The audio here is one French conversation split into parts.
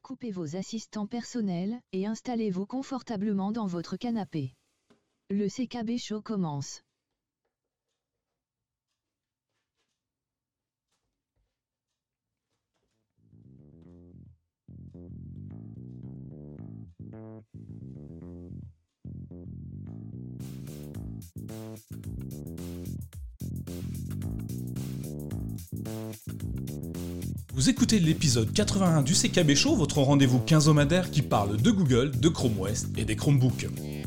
Coupez vos assistants personnels et installez-vous confortablement dans votre canapé. Le CKB Show commence. Vous écoutez l'épisode 81 du CKB Show, votre rendez-vous quinzomadaire qui parle de Google, de Chrome OS et des Chromebooks.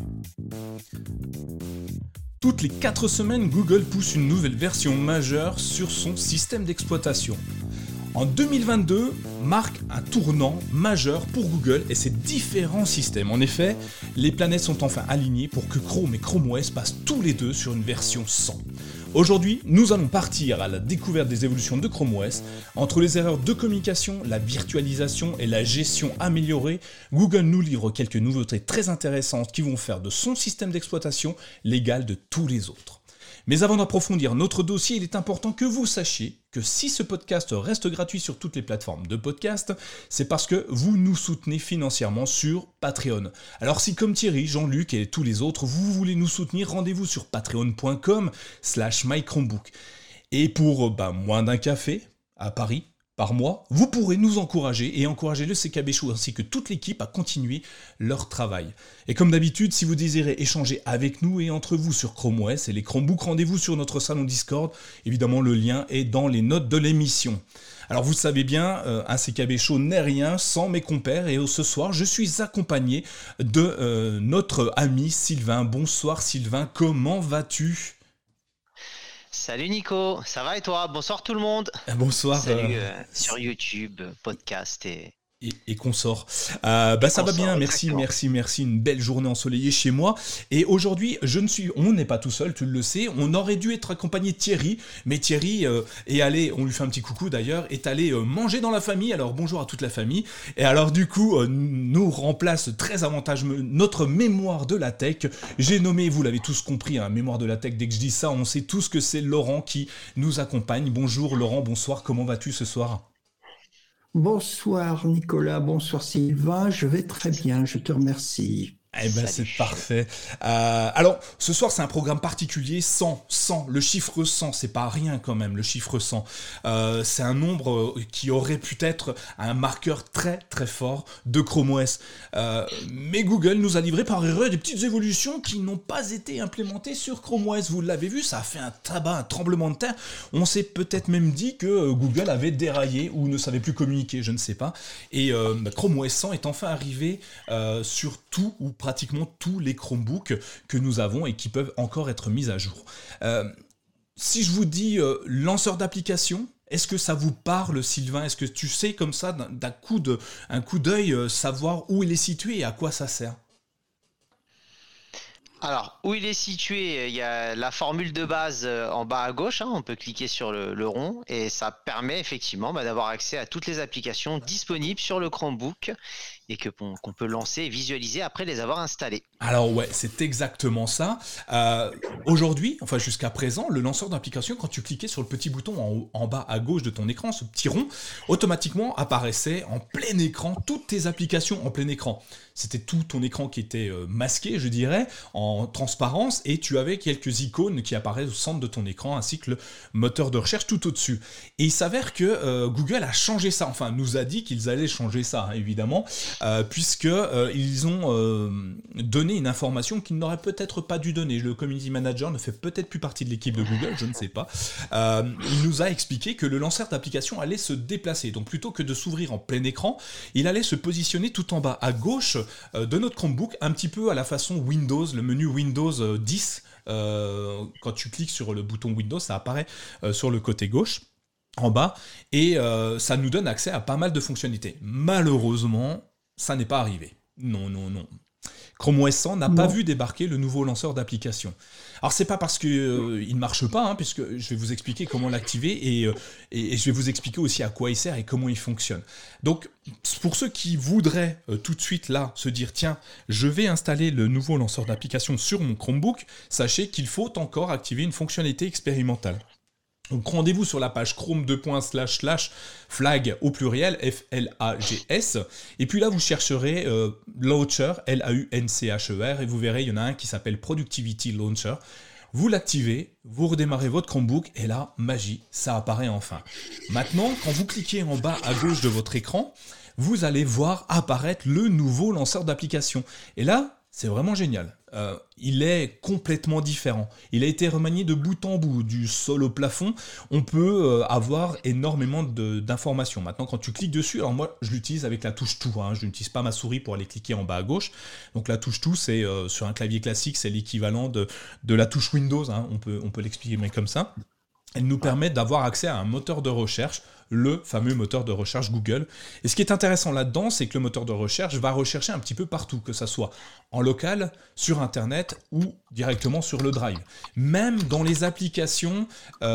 Toutes les 4 semaines, Google pousse une nouvelle version majeure sur son système d'exploitation. En 2022 marque un tournant majeur pour Google et ses différents systèmes. En effet, les planètes sont enfin alignées pour que Chrome et Chrome OS passent tous les deux sur une version 100. Aujourd'hui, nous allons partir à la découverte des évolutions de Chrome OS. Entre les erreurs de communication, la virtualisation et la gestion améliorée, Google nous livre quelques nouveautés très intéressantes qui vont faire de son système d'exploitation l'égal de tous les autres. Mais avant d'approfondir notre dossier, il est important que vous sachiez que si ce podcast reste gratuit sur toutes les plateformes de podcast, c'est parce que vous nous soutenez financièrement sur Patreon. Alors si comme Thierry, Jean-Luc et tous les autres, vous voulez nous soutenir, rendez-vous sur patreon.com/mychromebook. Et pour moins d'un café à Paris, par mois, vous pourrez nous encourager et encourager le CKB Show ainsi que toute l'équipe à continuer leur travail. Et comme d'habitude, si vous désirez échanger avec nous et entre vous sur Chrome OS et les Chromebooks, rendez-vous sur notre salon Discord. Évidemment, le lien est dans les notes de l'émission. Alors vous le savez bien, un CKB Show n'est rien sans mes compères et ce soir, je suis accompagné de notre ami Sylvain. Bonsoir Sylvain, comment vas-tu ? Salut Nico, ça va et toi? Bonsoir tout le monde. Bonsoir. Salut sur YouTube, podcast et consorts. Ça va bien, merci, une belle journée ensoleillée chez moi. Et aujourd'hui, on n'est pas tout seul, tu le sais, on aurait dû être accompagné de Thierry, mais Thierry est allé, on lui fait un petit coucou d'ailleurs, est allé manger dans la famille, alors bonjour à toute la famille, et alors du coup, nous remplace très avantageusement notre mémoire de la tech. J'ai nommé, vous l'avez tous compris, mémoire de la tech, dès que je dis ça, on sait tous que c'est Laurent qui nous accompagne. Bonjour Laurent, bonsoir, comment vas-tu ce soir ? Bonsoir Nicolas, bonsoir Sylvain, je vais très bien, je te remercie. Eh ben c'est parfait. Alors, ce soir, c'est un programme particulier, 100, le chiffre 100, c'est pas rien quand même, le chiffre 100. C'est un nombre qui aurait pu être un marqueur très très fort de Chrome OS. Mais Google nous a livré par erreur des petites évolutions qui n'ont pas été implémentées sur Chrome OS. Vous l'avez vu, ça a fait un tabac, un tremblement de terre. On s'est peut-être même dit que Google avait déraillé ou ne savait plus communiquer, je ne sais pas. Et Chrome OS 100 est enfin arrivé sur tout ou pratiquement tous les Chromebooks que nous avons et qui peuvent encore être mis à jour. Si je vous dis lanceur d'application, est-ce que ça vous parle, Sylvain ? Est-ce que tu sais comme ça, d'un coup d'œil, savoir où il est situé et à quoi ça sert ? Alors, où il est situé, il y a la formule de base en bas à gauche, on peut cliquer sur le rond et ça permet effectivement d'avoir accès à toutes les applications disponibles sur le Chromebook et qu'on peut lancer et visualiser après les avoir installées. Alors ouais, c'est exactement ça. Aujourd'hui, enfin jusqu'à présent, le lanceur d'application, quand tu cliquais sur le petit bouton en bas à gauche de ton écran, ce petit rond, automatiquement apparaissait en plein écran toutes tes applications en plein écran. C'était tout ton écran qui était masqué, je dirais, en transparence, et tu avais quelques icônes qui apparaissent au centre de ton écran, ainsi que le moteur de recherche tout au-dessus. Et il s'avère que Google a changé ça, enfin nous a dit qu'ils allaient changer ça, évidemment, puisqu'ils ont donné une information qu'ils n'auraient peut-être pas dû donner. Le community manager ne fait peut-être plus partie de l'équipe de Google, je ne sais pas. Il nous a expliqué que le lanceur d'application allait se déplacer. Donc plutôt que de s'ouvrir en plein écran, il allait se positionner tout en bas à gauche de notre Chromebook, un petit peu à la façon Windows, le menu Windows 10. Quand tu cliques sur le bouton Windows, ça apparaît sur le côté gauche, en bas, et ça nous donne accès à pas mal de fonctionnalités. Malheureusement, ça n'est pas arrivé. Non. Chrome OS 100 n'a pas vu débarquer le nouveau lanceur d'application. Alors c'est pas parce qu'il ne marche pas, puisque je vais vous expliquer comment l'activer et je vais vous expliquer aussi à quoi il sert et comment il fonctionne. Donc pour ceux qui voudraient tout de suite là se dire tiens, je vais installer le nouveau lanceur d'application sur mon Chromebook, sachez qu'il faut encore activer une fonctionnalité expérimentale. Donc rendez-vous sur la page Chrome //flag au pluriel, FLAGS, et puis là vous chercherez Launcher, LAUNCHER, et vous verrez, il y en a un qui s'appelle Productivity Launcher. Vous l'activez, vous redémarrez votre Chromebook, et là, magie, ça apparaît enfin. Maintenant, quand vous cliquez en bas à gauche de votre écran, vous allez voir apparaître le nouveau lanceur d'application. Et là, c'est vraiment génial. Il est complètement différent. Il a été remanié de bout en bout, du sol au plafond. On peut avoir énormément d'informations. Maintenant, quand tu cliques dessus, alors moi, je l'utilise avec la touche tout. Hein. Je n'utilise pas ma souris pour aller cliquer en bas à gauche. Donc la touche tout, c'est sur un clavier classique, c'est l'équivalent de la touche Windows. Hein. On peut l'expliquer comme ça. Elle nous permet d'avoir accès à un moteur de recherche, le fameux moteur de recherche Google. Et ce qui est intéressant là-dedans, c'est que le moteur de recherche va rechercher un petit peu partout, que ça soit en local, sur Internet ou directement sur le Drive. Même dans les applications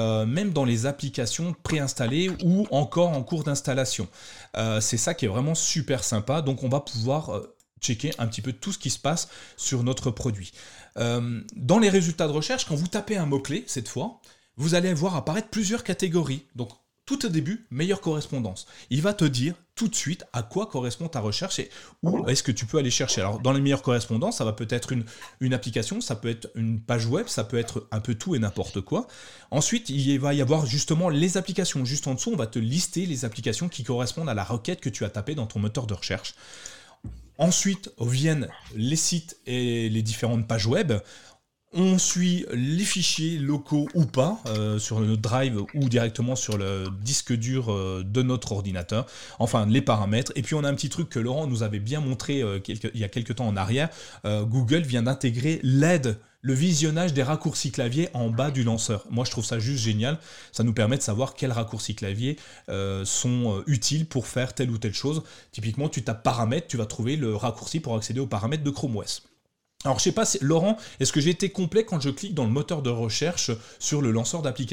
préinstallées ou encore en cours d'installation. C'est ça qui est vraiment super sympa. Donc on va pouvoir checker un petit peu tout ce qui se passe sur notre produit. Dans les résultats de recherche, quand vous tapez un mot-clé, cette fois, vous allez voir apparaître plusieurs catégories. Donc, tout au début, meilleure correspondance. Il va te dire tout de suite à quoi correspond ta recherche et où est-ce que tu peux aller chercher. Alors, dans les meilleures correspondances, ça va peut-être une application, ça peut être une page web, ça peut être un peu tout et n'importe quoi. Ensuite, il va y avoir justement les applications. Juste en dessous, on va te lister les applications qui correspondent à la requête que tu as tapée dans ton moteur de recherche. Ensuite, viennent les sites et les différentes pages web. On suit les fichiers locaux ou pas sur notre drive ou directement sur le disque dur de notre ordinateur. Enfin, les paramètres. Et puis, on a un petit truc que Laurent nous avait bien montré il y a quelques temps en arrière. Google vient d'intégrer l'aide, le visionnage des raccourcis clavier en bas du lanceur. Moi, je trouve ça juste génial. Ça nous permet de savoir quels raccourcis clavier sont utiles pour faire telle ou telle chose. Typiquement, tu tapes paramètres, tu vas trouver le raccourci pour accéder aux paramètres de Chrome OS. Alors, je sais pas, Laurent, est-ce que j'ai été complet quand je clique dans le moteur de recherche sur le lanceur d'application ?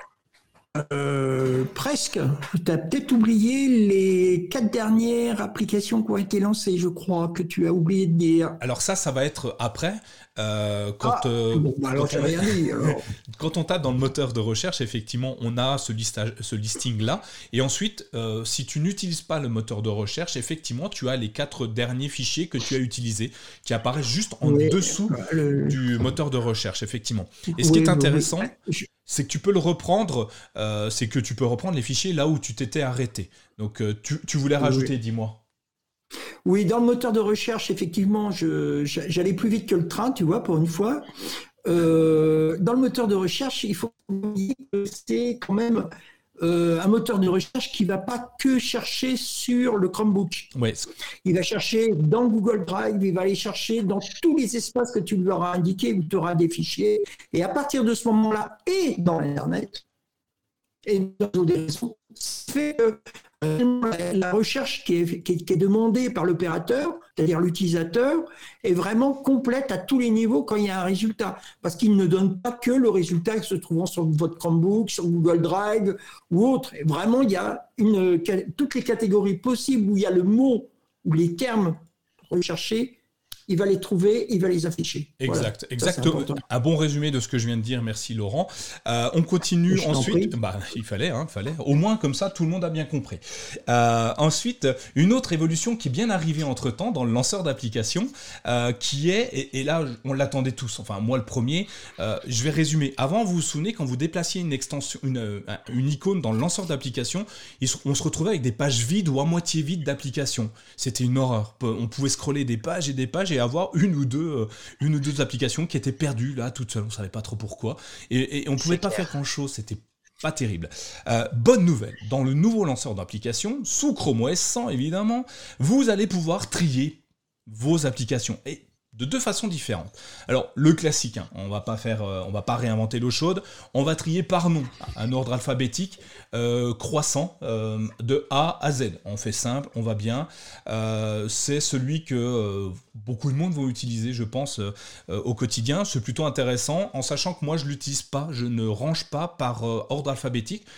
Presque. Tu as peut-être oublié les 4 dernières applications qui ont été lancées, je crois, que tu as oublié de dire. Alors ça va être après. Quand on tape dans le moteur de recherche, effectivement, on a ce listing-là. Et ensuite, si tu n'utilises pas le moteur de recherche, effectivement, tu as les 4 derniers fichiers que tu as utilisés qui apparaissent juste en dessous du moteur de recherche, effectivement. Et ce qui est intéressant, c'est que tu peux le reprendre, les fichiers là où tu t'étais arrêté. Donc, tu voulais rajouter, dis-moi. Oui, dans le moteur de recherche, effectivement, j'allais plus vite que le train, tu vois, pour une fois. Dans le moteur de recherche, il faut dire que c'est quand même un moteur de recherche qui ne va pas que chercher sur le Chromebook. Ouais. Il va chercher dans Google Drive, il va aller chercher dans tous les espaces que tu lui auras indiqués où tu auras des fichiers. Et à partir de ce moment-là, et dans Internet, et dans des réseaux, ça fait que la recherche qui est demandée par l'opérateur, c'est-à-dire l'utilisateur, est vraiment complète à tous les niveaux quand il y a un résultat. Parce qu'il ne donne pas que le résultat se trouvant sur votre Chromebook, sur Google Drive ou autre. Et vraiment, il y a toutes les catégories possibles où il y a le mot ou les termes recherchés. Il va les trouver, il va les afficher. Exact, voilà. exactement. Un bon résumé de ce que je viens de dire. Merci Laurent. On continue ensuite. Il fallait. Au moins comme ça, tout le monde a bien compris. Ensuite, une autre évolution qui est bien arrivée entre temps dans le lanceur d'application, qui est, et là on l'attendait tous. Enfin moi le premier. Je vais résumer. Avant, vous vous souvenez quand vous déplaciez une extension, une icône dans le lanceur d'application, on se retrouvait avec des pages vides ou à moitié vides d'applications. C'était une horreur. On pouvait scroller des pages et avoir une ou deux applications qui étaient perdues là toutes seules, on savait pas trop pourquoi et on pouvait pas faire grand chose, c'était pas terrible. Bonne nouvelle, dans le nouveau lanceur d'applications sous Chrome OS 100 évidemment, vous allez pouvoir trier vos applications et de 2 façons différentes. Alors le classique, on va pas réinventer l'eau chaude, on va trier par nom, un ordre alphabétique croissant de A à Z. On fait simple, on va bien. C'est celui que beaucoup de monde vont utiliser, je pense, au quotidien. C'est plutôt intéressant, en sachant que moi je l'utilise pas, je ne range pas par ordre alphabétique.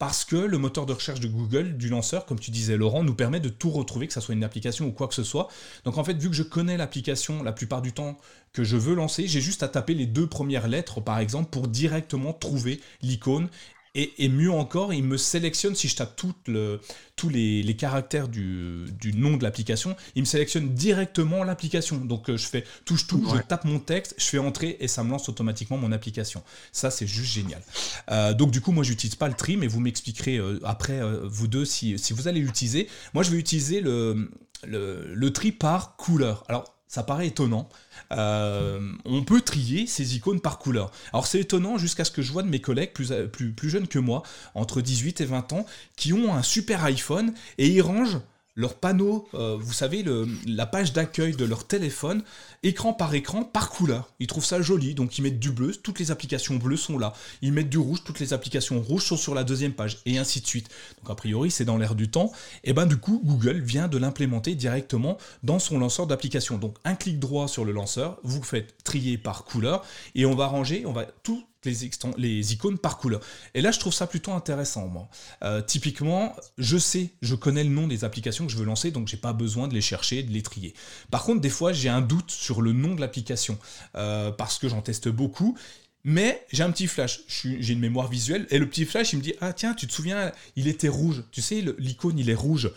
parce que le moteur de recherche de Google, du lanceur, comme tu disais Laurent, nous permet de tout retrouver, que ça soit une application ou quoi que ce soit. Donc en fait, vu que je connais l'application la plupart du temps que je veux lancer, j'ai juste à taper les 2 premières lettres, par exemple, pour directement trouver l'icône. Et mieux encore, il me sélectionne, si je tape tous les caractères du nom de l'application, il me sélectionne directement l'application. Donc je fais touche tout, je tape mon texte, je fais entrer et ça me lance automatiquement mon application. Ça, c'est juste génial. Donc du coup, moi, j'utilise pas le tri, mais vous m'expliquerez après, vous deux, si vous allez l'utiliser. Moi, je vais utiliser le tri par couleur. Alors, ça paraît étonnant. On peut trier ces icônes par couleur. Alors c'est étonnant jusqu'à ce que je vois de mes collègues plus jeunes que moi, entre 18 et 20 ans, qui ont un super iPhone et ils rangent leur panneau, vous savez, la page d'accueil de leur téléphone, écran, par couleur. Ils trouvent ça joli, donc ils mettent du bleu, toutes les applications bleues sont là. Ils mettent du rouge, toutes les applications rouges sont sur la deuxième page, et ainsi de suite. Donc a priori, c'est dans l'air du temps. Et ben du coup, Google vient de l'implémenter directement dans son lanceur d'application. Donc un clic droit sur le lanceur, vous faites trier par couleur, et on va tout les icônes par couleur. Et là, je trouve ça plutôt intéressant, moi. Typiquement, je connais le nom des applications que je veux lancer, donc j'ai pas besoin de les chercher, de les trier. Par contre, des fois, j'ai un doute sur le nom de l'application, parce que j'en teste beaucoup. Mais j'ai un petit flash, j'ai une mémoire visuelle, et le petit flash, il me dit « Ah tiens, tu te souviens, il était rouge. Tu sais, l'icône, il est rouge.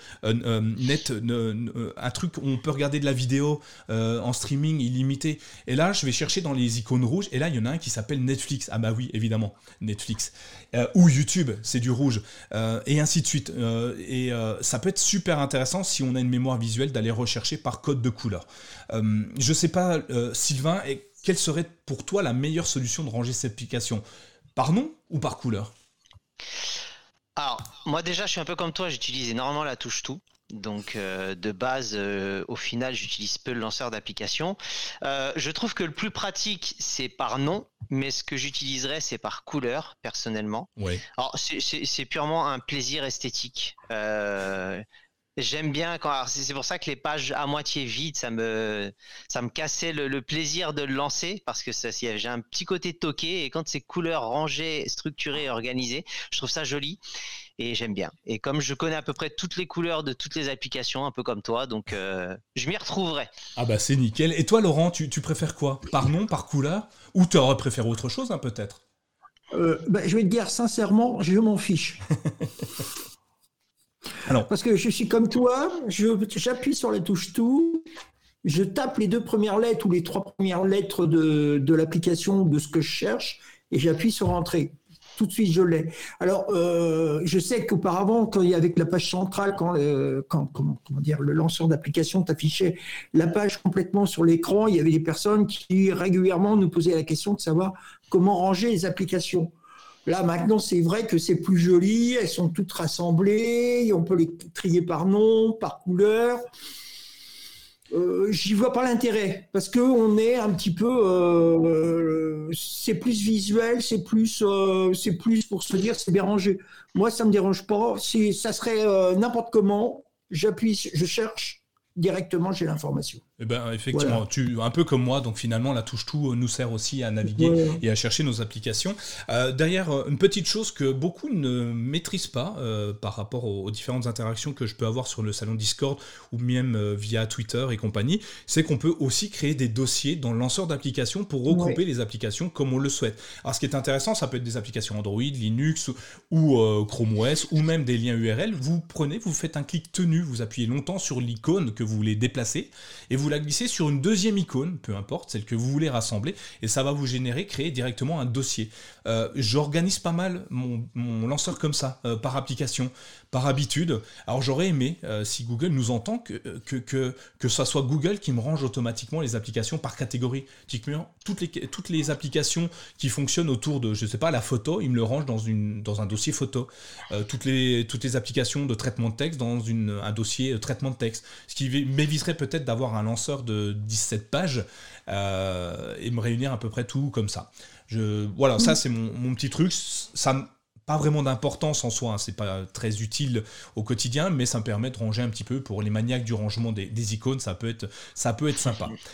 Un truc où on peut regarder de la vidéo en streaming illimité. » Et là, je vais chercher dans les icônes rouges, et là, il y en a un qui s'appelle Netflix. Ah bah oui, évidemment, Netflix. Ou YouTube, c'est du rouge. Et ainsi de suite. Ça peut être super intéressant si on a une mémoire visuelle d'aller rechercher par code de couleur. Je sais pas, Sylvain, quelle serait pour toi la meilleure solution de ranger cette application ? Par nom ou par couleur ? Alors, moi déjà, je suis un peu comme toi, j'utilise énormément la touche tout. Donc, de base, au final, j'utilise peu le lanceur d'application. Je trouve que le plus pratique, c'est par nom, mais ce que j'utiliserais, c'est par couleur, personnellement. Ouais. Alors, c'est purement un plaisir esthétique. J'aime bien c'est pour ça que les pages à moitié vides, ça me cassait le plaisir de le lancer, parce que j'ai un petit côté toqué, et quand c'est couleurs rangées, structurées, organisées, je trouve ça joli et j'aime bien. Et comme je connais à peu près toutes les couleurs de toutes les applications, un peu comme toi, donc je m'y retrouverai. Ah bah c'est nickel. Et toi Laurent, tu préfères quoi ? Par nom, par couleur ? Ou tu aurais préféré autre chose, hein, peut-être ? Je vais te dire sincèrement, je m'en fiche. Alors. Parce que je suis comme toi, j'appuie sur la touche tout, je tape les 2 premières lettres ou les 3 premières lettres de l'application, de ce que je cherche, et j'appuie sur Entrée. Tout de suite, je l'ai. Alors, je sais qu'auparavant, quand il y avait avec la page centrale, quand le lanceur d'application t'affichait la page complètement sur l'écran, il y avait des personnes qui régulièrement nous posaient la question de savoir comment ranger les applications. Là, maintenant, c'est vrai que c'est plus joli, elles sont toutes rassemblées, on peut les trier par nom, par couleur. J'y vois pas l'intérêt, parce qu'on est un petit peu... c'est plus visuel, c'est plus pour se dire c'est bien rangé. Moi, ça me dérange pas. Ça serait n'importe comment, j'appuie, je cherche, directement, j'ai l'information. Eh ben, effectivement, un peu comme moi, donc finalement la touche tout nous sert aussi à naviguer et à chercher nos applications. Derrière, une petite chose que beaucoup ne maîtrisent pas par rapport aux différentes interactions que je peux avoir sur le salon Discord ou même via Twitter et compagnie, c'est qu'on peut aussi créer des dossiers dans le lanceur d'applications pour regrouper les applications comme on le souhaite. Alors ce qui est intéressant, ça peut être des applications Android, Linux ou Chrome OS ou même des liens URL. Vous faites un clic tenu, vous appuyez longtemps sur l'icône que vous voulez déplacer et vous la glissez sur une deuxième icône, peu importe, celle que vous voulez rassembler, et ça va vous créer directement un dossier. J'organise pas mal mon lanceur comme ça, par application, par habitude. Alors j'aurais aimé, si Google nous entend, que ça soit Google qui me range automatiquement les applications par catégorie. Typiquement, toutes les applications qui fonctionnent autour de, je sais pas, la photo, il me le range dans un dossier photo. Toutes les applications de traitement de texte dans un dossier traitement de texte. Ce qui m'éviterait peut-être d'avoir un lanceur de 17 pages et me réunir à peu près tout comme ça. Ça c'est mon petit truc. Ça n'a pas vraiment d'importance en soi, hein. C'est pas très utile au quotidien, mais ça me permet de ranger un petit peu pour les maniaques du rangement des icônes. Ça peut être sympa.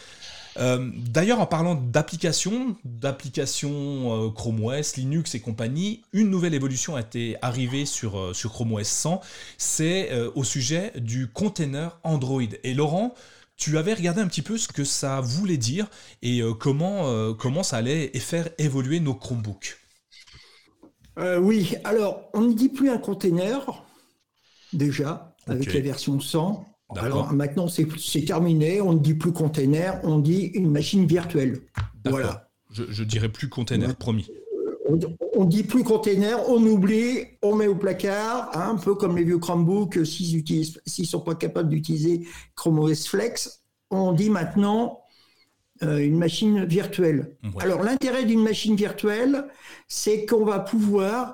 D'ailleurs, en parlant d'applications Chrome OS, Linux et compagnie, une nouvelle évolution a été arrivée sur Chrome OS 100, c'est au sujet du container Android. Et Laurent, tu avais regardé un petit peu ce que ça voulait dire et comment ça allait faire évoluer nos Chromebooks. Oui, alors on ne dit plus un container, déjà, avec Ok. la version 100. D'accord. Alors maintenant, c'est terminé, on ne dit plus container, on dit une machine virtuelle. D'accord. Voilà. Je dirais plus container, Ouais. promis. On dit plus container, on oublie, on met au placard, hein, un peu comme les vieux Chromebooks, s'ils sont pas capables d'utiliser Chrome OS Flex, on dit maintenant une machine virtuelle. Ouais. Alors l'intérêt d'une machine virtuelle, c'est qu'on va pouvoir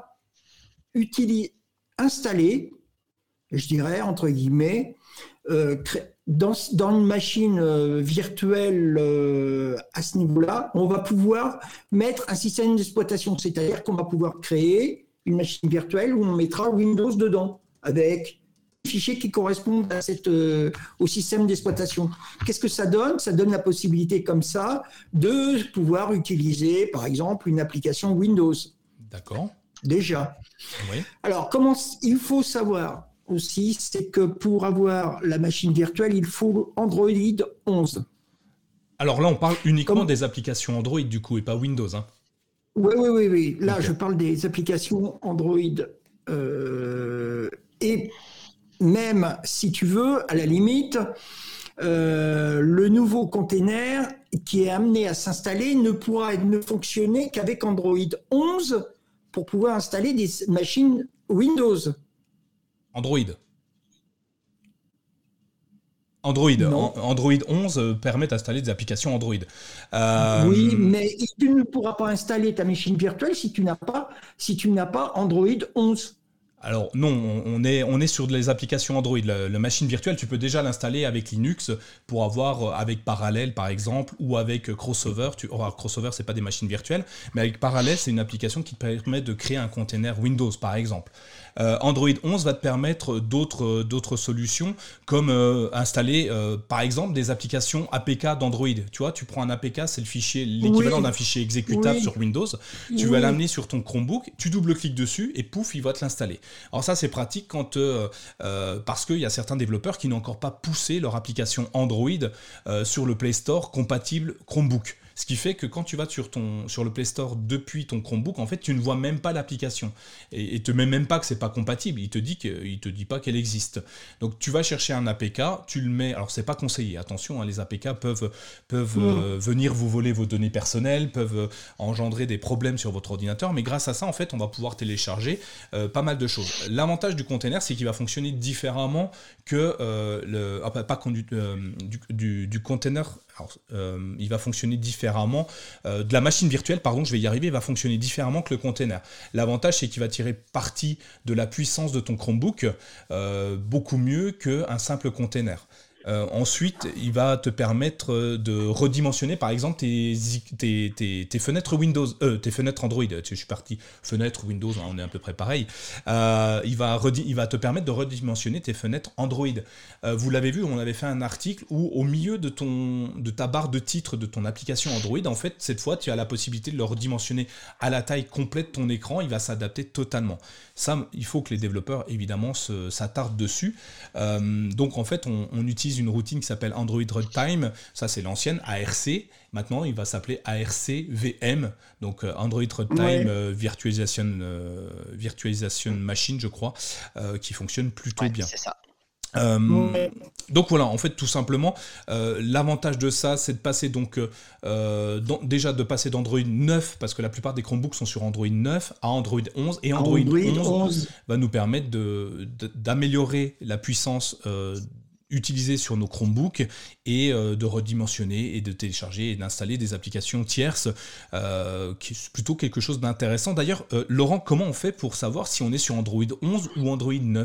installer, je dirais entre guillemets, dans une machine virtuelle à ce niveau-là, on va pouvoir mettre un système d'exploitation, c'est-à-dire qu'on va pouvoir créer une machine virtuelle où on mettra Windows dedans, avec des fichiers qui correspondent à au système d'exploitation. Qu'est-ce que ça donne ? Ça donne la possibilité comme ça de pouvoir utiliser, par exemple, une application Windows. D'accord. Déjà. Oui. Alors, il faut savoir aussi, c'est que pour avoir la machine virtuelle, il faut Android 11. Alors là, on parle uniquement des applications Android du coup et pas Windows. Hein. Oui. Là, Ok. je parle des applications Android. Et même, si tu veux, à la limite, le nouveau container qui est amené à s'installer ne pourra ne fonctionner qu'avec Android 11 pour pouvoir installer des machines Windows. Android. Non. Android 11 permet d'installer des applications Android. Oui, mais tu ne pourras pas installer ta machine virtuelle si tu n'as pas Android 11. Alors non, on est sur les applications Android. La machine virtuelle, tu peux déjà l'installer avec Linux pour avoir avec Parallel par exemple ou avec Crossover. Crossover, c'est pas des machines virtuelles, mais avec Parallel, c'est une application qui te permet de créer un container Windows par exemple. Android 11 va te permettre d'autres solutions comme installer par exemple des applications APK d'Android. Tu vois, tu prends un APK, c'est l'équivalent d'un fichier exécutable sur Windows. Tu vas l'amener sur ton Chromebook, tu double-cliques dessus et pouf, il va te l'installer. Alors ça, c'est pratique parce qu'il y a certains développeurs qui n'ont encore pas poussé leur application Android sur le Play Store compatible Chromebook. Ce qui fait que quand tu vas sur le Play Store depuis ton Chromebook, en fait, tu ne vois même pas l'application. Et te met même pas que c'est pas compatible. Il te dit pas qu'elle existe. Donc, tu vas chercher un APK, tu le mets. Alors, c'est pas conseillé. Attention, hein, les APK peuvent venir vous voler vos données personnelles, peuvent engendrer des problèmes sur votre ordinateur. Mais grâce à ça, en fait, on va pouvoir télécharger pas mal de choses. L'avantage du container, c'est qu'il va fonctionner différemment que du container. Alors, il va fonctionner différemment de la machine virtuelle, je vais y arriver, il va fonctionner différemment que le container. L'avantage, c'est qu'il va tirer parti de la puissance de ton Chromebook beaucoup mieux qu'un simple container. Ensuite, il va te permettre de redimensionner, par exemple, tes fenêtres Windows, tes fenêtres Android. Je suis parti fenêtre Windows, hein, on est à peu près pareil. Il va te permettre de redimensionner tes fenêtres Android. Vous l'avez vu, on avait fait un article où au milieu de ta barre de titre de ton application Android, en fait, cette fois, tu as la possibilité de le redimensionner à la taille complète de ton écran. Il va s'adapter totalement. Ça, il faut que les développeurs, évidemment, s'attardent dessus. Donc, en fait, on utilise une routine qui s'appelle Android Runtime. Ça, c'est l'ancienne ARC. Maintenant, il va s'appeler ARC VM. Donc, Android Runtime Virtualization Machine, je crois, qui fonctionne plutôt bien. C'est ça. Donc voilà, en fait, tout simplement, l'avantage de ça, c'est de passer déjà de passer d'Android 9, parce que la plupart des Chromebooks sont sur Android 9, à Android 11, et Android 11 va nous permettre d'améliorer la puissance utilisée sur nos Chromebooks et de redimensionner et de télécharger et d'installer des applications tierces, qui est plutôt quelque chose d'intéressant. D'ailleurs, Laurent, comment on fait pour savoir si on est sur Android 11 ou Android 9 ?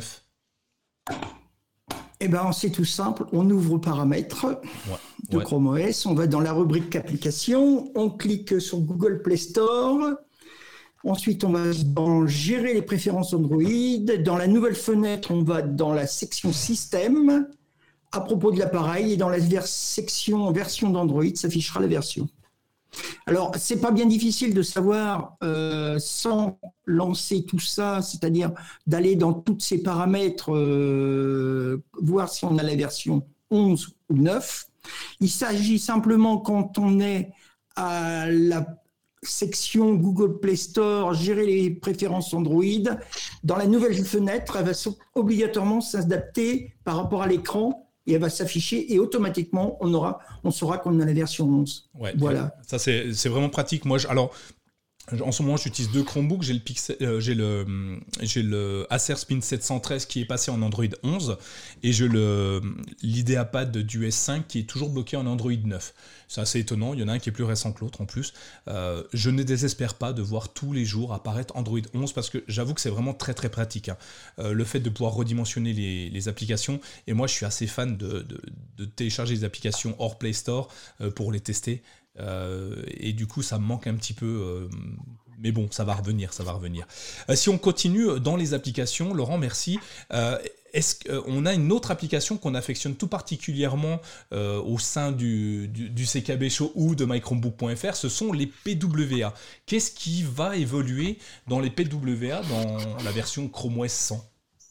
Eh bien, c'est tout simple. On ouvre paramètres de Chrome OS, on va dans la rubrique applications, on clique sur Google Play Store. Ensuite, on va dans gérer les préférences Android. Dans la nouvelle fenêtre, on va dans la section système. à propos de l'appareil et dans la section version d'Android s'affichera la version. Alors, c'est pas bien difficile de savoir sans lancer tout ça, c'est-à-dire d'aller dans tous ces paramètres, voir si on a la version 11 ou 9. Il s'agit simplement, quand on est à la section Google Play Store, gérer les préférences Android, dans la nouvelle fenêtre, elle va obligatoirement s'adapter par rapport à l'écran et elle va s'afficher et automatiquement on saura qu'on a la version 11. Ouais, voilà. Ça c'est vraiment pratique. Moi, en ce moment, j'utilise 2 Chromebooks. J'ai le Acer Spin 713 qui est passé en Android 11 et j'ai l'IdeaPad du S5 qui est toujours bloqué en Android 9. C'est assez étonnant. Il y en a un qui est plus récent que l'autre en plus. Je ne désespère pas de voir tous les jours apparaître Android 11 parce que j'avoue que c'est vraiment très très pratique. Le fait de pouvoir redimensionner les applications. Et moi, je suis assez fan de télécharger les applications hors Play Store pour les tester. Et du coup ça me manque un petit peu, mais bon, ça va revenir. Si on continue dans les applications, Laurent, merci. Est-ce qu'on a une autre application qu'on affectionne tout particulièrement au sein du CKB Show ou de mychromebook.fr? Ce sont les PWA. Qu'est-ce qui va évoluer dans les PWA dans la version Chrome OS 100?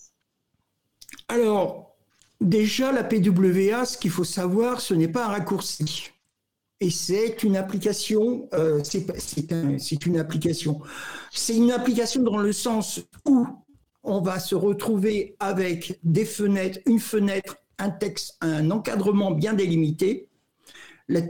Alors, déjà, la PWA, ce qu'il faut savoir, ce n'est pas un raccourci. Et c'est une application, c'est une application. C'est une application dans le sens où on va se retrouver avec des fenêtres, une fenêtre, un texte, un encadrement bien délimité. Je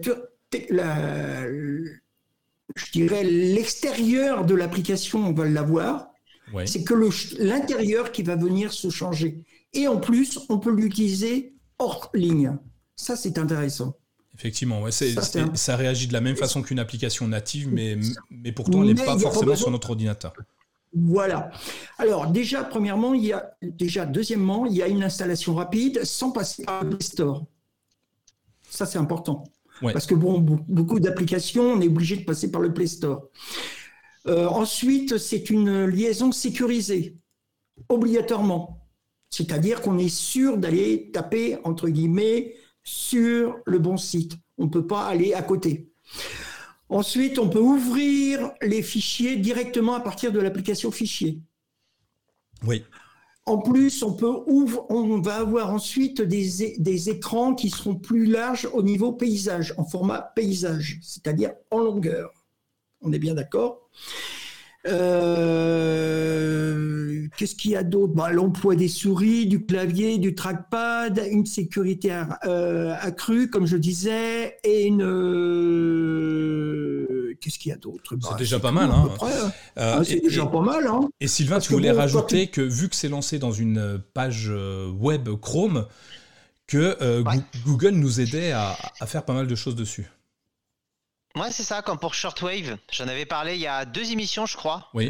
dirais l'extérieur de l'application, on va l'avoir. Ouais. C'est que l'intérieur qui va venir se changer. Et en plus, on peut l'utiliser hors ligne. Ça, c'est intéressant. Effectivement, ouais, ça réagit de la même façon qu'une application native, mais pourtant, elle n'est pas forcément sur notre ordinateur. Voilà. Alors, deuxièmement, il y a une installation rapide sans passer par le Play Store. Ça, c'est important. Ouais. Parce que beaucoup d'applications, on est obligé de passer par le Play Store. Ensuite, c'est une liaison sécurisée, obligatoirement. C'est-à-dire qu'on est sûr d'aller taper, entre guillemets, sur le bon site. On ne peut pas aller à côté. Ensuite, on peut ouvrir les fichiers directement à partir de l'application fichier. Oui. En plus, on va avoir ensuite des écrans qui seront plus larges au niveau paysage, en format paysage, c'est-à-dire en longueur. On est bien d'accord ? Qu'est-ce qu'il y a d'autre ? L'emploi des souris, du clavier, du trackpad, une sécurité accrue, comme je disais, et qu'est-ce qu'il y a d'autre ? C'est déjà pas mal. Hein. C'est déjà pas mal. Hein. Et Sylvain, tu voulais rajouter que vu que c'est lancé dans une page web Chrome, que Google nous aidait à faire pas mal de choses dessus. Ouais, c'est ça, comme pour Shortwave. J'en avais parlé il y a 2 émissions, je crois. Oui.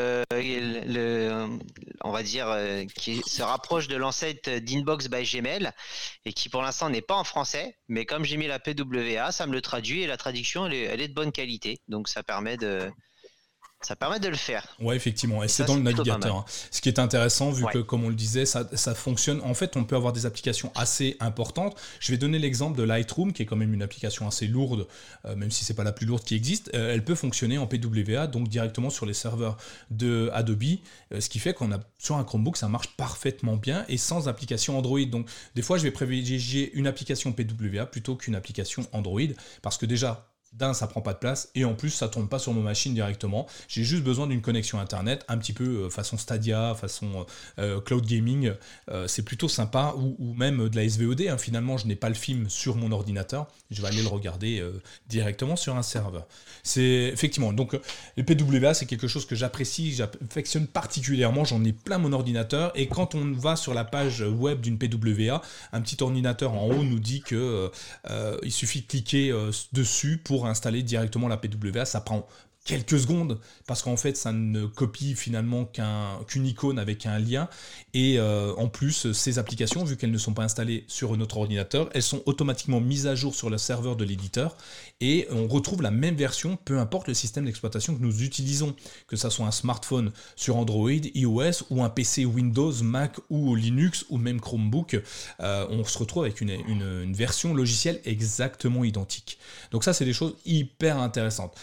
On va dire, qui se rapproche de l'ancêtre d'Inbox by Gmail et qui pour l'instant n'est pas en français. Mais comme j'ai mis la PWA, ça me le traduit et la traduction, elle est de bonne qualité. Donc ça permet de le faire. Ouais, effectivement. Et c'est dans le navigateur. Hein. Ce qui est intéressant, vu que, comme on le disait, ça fonctionne. En fait, on peut avoir des applications assez importantes. Je vais donner l'exemple de Lightroom, qui est quand même une application assez lourde, même si c'est pas la plus lourde qui existe. Elle peut fonctionner en PWA, donc directement sur les serveurs de Adobe, ce qui fait qu'on a sur un Chromebook, ça marche parfaitement bien et sans application Android. Donc, des fois, je vais privilégier une application PWA plutôt qu'une application Android, parce que déjà, ça prend pas de place et en plus ça tourne pas sur ma machine directement. J'ai juste besoin d'une connexion internet, un petit peu façon Stadia, façon cloud gaming. C'est plutôt sympa, ou même de la SVOD. Hein. Finalement, je n'ai pas le film sur mon ordinateur, je vais aller le regarder directement sur un serveur. C'est effectivement, donc les PWA, c'est quelque chose que j'affectionne particulièrement. J'en ai plein mon ordinateur et quand on va sur la page web d'une PWA, un petit ordinateur en haut nous dit que il suffit de cliquer dessus pour installer directement la PWA. Ça prend quelques secondes, parce qu'en fait, ça ne copie finalement qu'une icône avec un lien. Et en plus, ces applications, vu qu'elles ne sont pas installées sur notre ordinateur, elles sont automatiquement mises à jour sur le serveur de l'éditeur. Et on retrouve la même version, peu importe le système d'exploitation que nous utilisons, que ça soit un smartphone sur Android, iOS, ou un PC Windows, Mac ou Linux, ou même Chromebook. On se retrouve avec une version logicielle exactement identique. Donc ça, c'est des choses hyper intéressantes.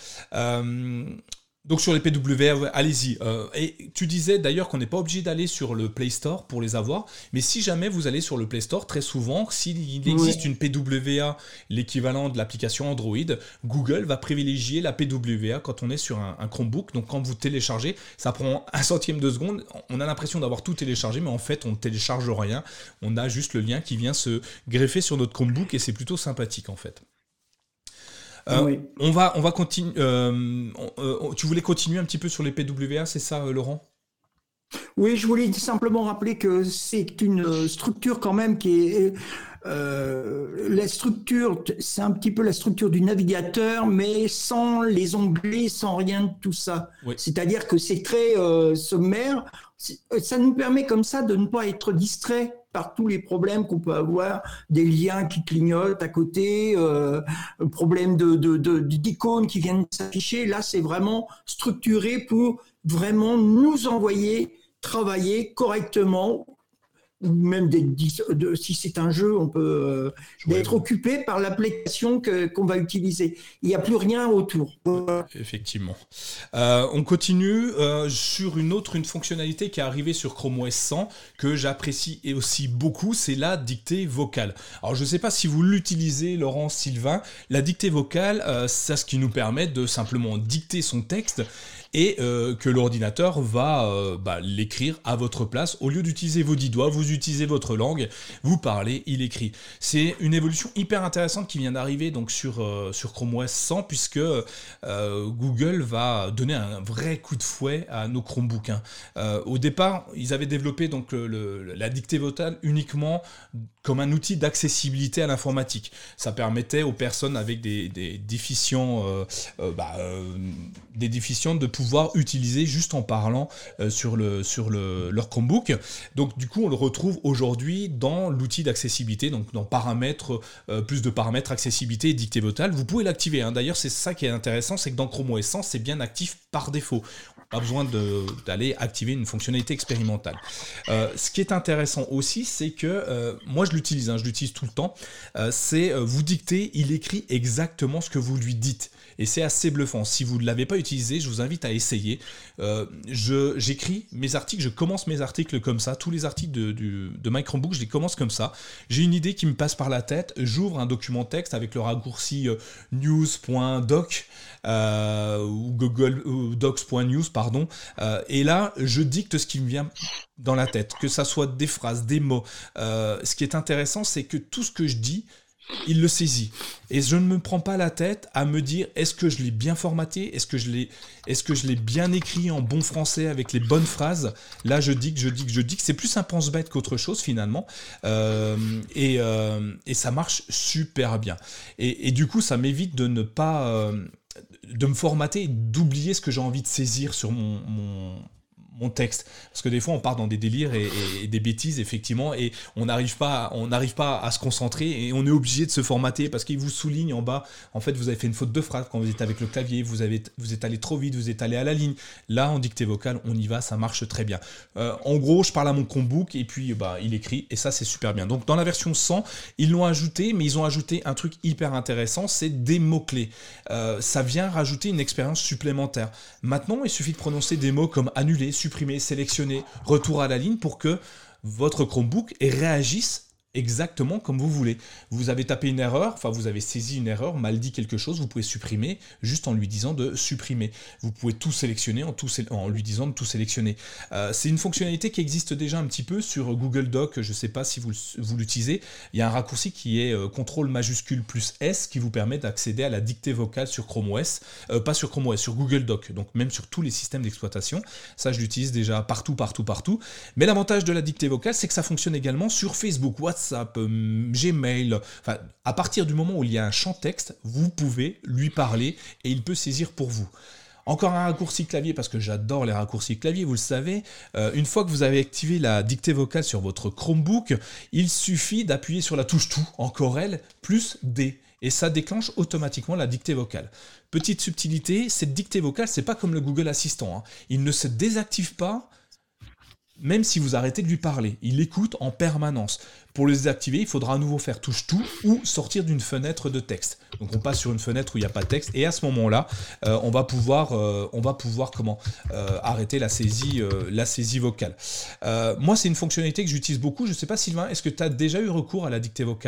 Donc sur les PWA, allez-y. Et tu disais d'ailleurs qu'on n'est pas obligé d'aller sur le Play Store pour les avoir, mais si jamais vous allez sur le Play Store, très souvent, s'il existe une PWA, l'équivalent de l'application Android, Google va privilégier la PWA quand on est sur un Chromebook. Donc quand vous téléchargez, ça prend 1/100 de seconde, on a l'impression d'avoir tout téléchargé, mais en fait on ne télécharge rien, on a juste le lien qui vient se greffer sur notre Chromebook et c'est plutôt sympathique en fait. Oui. On va continuer. Tu voulais continuer un petit peu sur les PWA, c'est ça, Laurent ? Oui, je voulais simplement rappeler que c'est une structure quand même qui est... la structure, c'est un petit peu la structure du navigateur, mais sans les onglets, sans rien de tout ça. Oui. C'est-à-dire que c'est très sommaire. Ça nous permet comme ça de ne pas être distrait par tous les problèmes qu'on peut avoir, des liens qui clignotent à côté, problème d'icônes qui viennent s'afficher. Là, c'est vraiment structuré pour vraiment nous envoyer travailler correctement, ou même si c'est un jeu, on peut être occupé par l'application qu'on va utiliser. Il n'y a plus rien autour. Effectivement. On continue sur une fonctionnalité qui est arrivée sur Chrome OS 100 que j'apprécie et aussi beaucoup, c'est la dictée vocale. Alors je ne sais pas si vous l'utilisez, Laurent, Sylvain. La dictée vocale, c'est ce qui nous permet de simplement dicter son texte et que l'ordinateur va l'écrire à votre place. Au lieu d'utiliser vos 10 doigts, vous utilisez votre langue, vous parlez, il écrit. C'est une évolution hyper intéressante qui vient d'arriver donc sur Chrome OS 100 puisque Google va donner un vrai coup de fouet à nos Chromebooks. Au départ, ils avaient développé donc la dictée vocale uniquement comme un outil d'accessibilité à l'informatique. Ça permettait aux personnes avec des déficients de pouvoir utiliser juste en parlant sur leur Chromebook. Donc du coup, on le retrouve aujourd'hui dans l'outil d'accessibilité, donc dans paramètres, plus de paramètres accessibilité et dictée vocale. Vous pouvez l'activer. D'ailleurs, c'est ça qui est intéressant, c'est que dans Chrome OS 100, c'est bien actif par défaut. Pas besoin d'aller activer une fonctionnalité expérimentale. Ce qui est intéressant aussi, c'est que moi je l'utilise tout le temps, c'est vous dicter, il écrit exactement ce que vous lui dites. Et c'est assez bluffant. Si vous ne l'avez pas utilisé, je vous invite à essayer. J'écris mes articles, je commence mes articles comme ça. Tous les articles de My Chromebook, je les commence comme ça. J'ai une idée qui me passe par la tête. J'ouvre un document texte avec le raccourci news.doc ou Google Docs.news, pardon. Et là, je dicte ce qui me vient dans la tête, que ça soit des phrases, des mots. Ce qui est intéressant, c'est que tout ce que je dis, il le saisit. Et je ne me prends pas la tête à me dire est-ce que je l'ai bien formaté, est-ce que je l'ai bien écrit en bon français avec les bonnes phrases. Là, je dicte. C'est plus un pense-bête qu'autre chose finalement. Et ça marche super bien. Et du coup, ça m'évite de ne pas... de me formater et d'oublier ce que j'ai envie de saisir sur mon texte, parce que des fois on part dans des délires et des bêtises effectivement, et on n'arrive pas à se concentrer et on est obligé de se formater parce qu'il vous souligne en bas, en fait vous avez fait une faute de phrase quand vous êtes avec le clavier, vous êtes allé trop vite, vous êtes allé à la ligne. Là en dictée vocale on y va, ça marche très bien. En gros je parle à mon Chromebook et puis il écrit, et ça c'est super bien. Donc dans la version 100 ils l'ont ajouté, mais ils ont ajouté un truc hyper intéressant, c'est des mots-clés. Ça vient rajouter une expérience supplémentaire. Maintenant il suffit de prononcer des mots comme annuler, supprimer, sélectionner, retour à la ligne pour que votre Chromebook réagisse exactement comme vous voulez. Vous avez tapé une erreur, enfin vous avez saisi une erreur, mal dit quelque chose, vous pouvez supprimer juste en lui disant de supprimer. Vous pouvez tout sélectionner en lui disant de tout sélectionner. C'est une fonctionnalité qui existe déjà un petit peu sur Google Doc, je ne sais pas si vous l'utilisez. Il y a un raccourci qui est CTRL majuscule plus S qui vous permet d'accéder à la dictée vocale sur Chrome OS, pas sur Chrome OS, sur Google Doc, donc même sur tous les systèmes d'exploitation. Ça je l'utilise déjà partout. Mais l'avantage de la dictée vocale, c'est que ça fonctionne également sur Facebook, WhatsApp, Gmail, enfin, à partir du moment où il y a un champ texte, vous pouvez lui parler et il peut saisir pour vous. Encore un raccourci clavier, parce que j'adore les raccourcis clavier, vous le savez. Une fois que vous avez activé la dictée vocale sur votre Chromebook, il suffit d'appuyer sur la touche tout en Corel plus D. Et ça déclenche automatiquement la dictée vocale. Petite subtilité, cette dictée vocale, c'est pas comme le Google Assistant, hein. Il ne se désactive pas, même si vous arrêtez de lui parler. Il écoute en permanence. Pour le désactiver, il faudra à nouveau faire touche tout ou sortir d'une fenêtre de texte. Donc on passe sur une fenêtre où il n'y a pas de texte et à ce moment-là, on va pouvoir arrêter la saisie vocale. Moi, c'est une fonctionnalité que j'utilise beaucoup. Je ne sais pas, Sylvain, est-ce que tu as déjà eu recours à la dictée vocale ?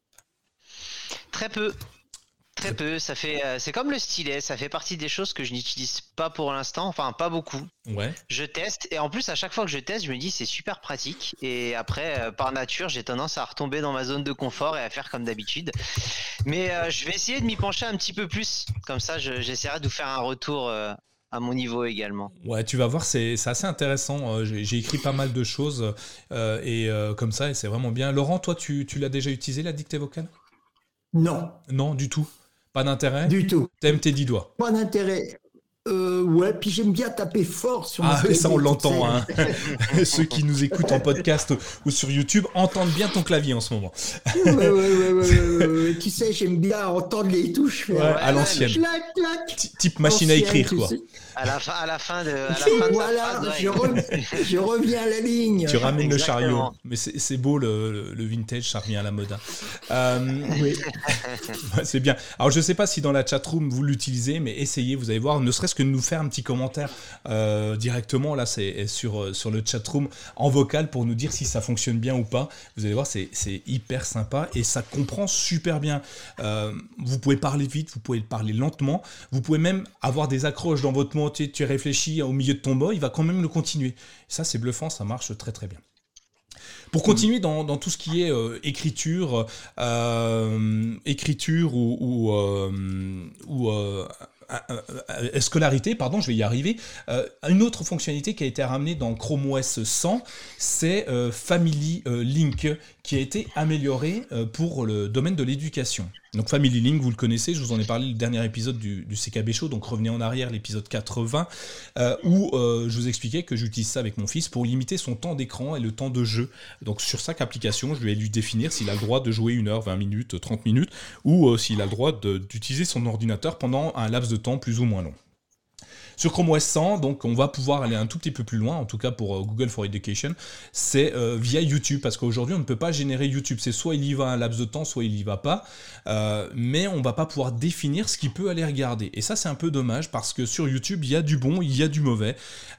Très peu. Très peu, c'est comme le stylet, ça fait partie des choses que je n'utilise pas pour l'instant, enfin pas beaucoup. Ouais. Je teste et en plus à chaque fois que je teste, je me dis c'est super pratique et après par nature j'ai tendance à retomber dans ma zone de confort et à faire comme d'habitude. Mais je vais essayer de m'y pencher un petit peu plus, comme ça j'essaierai de vous faire un retour à mon niveau également. Ouais, tu vas voir, c'est assez intéressant. J'ai écrit pas mal de choses comme ça et c'est vraiment bien. Laurent, toi tu l'as déjà utilisé la dictée vocale ? Non. Non, du tout. Pas d'intérêt ? Du tout. T'aimes tes 10 doigts ? Pas d'intérêt. Ouais, puis j'aime bien taper fort sur mon clavier. Ah, ça on l'entend, hein. Ouais. Ceux qui nous écoutent en podcast ou sur YouTube entendent bien ton clavier en ce moment. Ouais. Tu sais, j'aime bien entendre les touches. À l'ancienne. Clac, clac. Type machine à écrire, quoi. À la fin de voilà, je reviens à la ligne. Tu ramènes le chariot. Mais c'est beau le vintage, ça revient à la mode. Oui. C'est bien. Alors je sais pas si dans la chatroom vous l'utilisez, mais essayez, vous allez voir, ne serait-ce que de nous faire un petit commentaire directement, là c'est sur le chatroom en vocal pour nous dire si ça fonctionne bien ou pas. Vous allez voir, c'est hyper sympa et ça comprend super bien. Vous pouvez parler vite, vous pouvez parler lentement, vous pouvez même avoir des accroches dans votre mot. Tu réfléchis au milieu de ton mot, il va quand même le continuer. Ça, c'est bluffant, ça marche très très bien. Pour continuer dans tout ce qui est écriture ou scolarité, pardon, je vais y arriver. Une autre fonctionnalité qui a été ramenée dans Chrome OS 100, c'est Family Link, qui a été amélioré pour le domaine de l'éducation. Donc Family Link, vous le connaissez, je vous en ai parlé le dernier épisode du CKB Show, donc revenez en arrière, l'épisode 80, où je vous expliquais que j'utilise ça avec mon fils pour limiter son temps d'écran et le temps de jeu. Donc sur chaque application, je vais lui définir s'il a le droit de jouer 1 heure, 20 minutes, 30 minutes, ou s'il a le droit d'utiliser son ordinateur pendant un laps de temps plus ou moins long. Sur Chrome OS 100, donc on va pouvoir aller un tout petit peu plus loin, en tout cas pour Google for Education, c'est via YouTube, parce qu'aujourd'hui on ne peut pas générer YouTube, c'est soit il y va un laps de temps, soit il y va pas, mais on va pas pouvoir définir ce qu'il peut aller regarder. Et ça c'est un peu dommage, parce que sur YouTube il y a du bon, il y a du mauvais,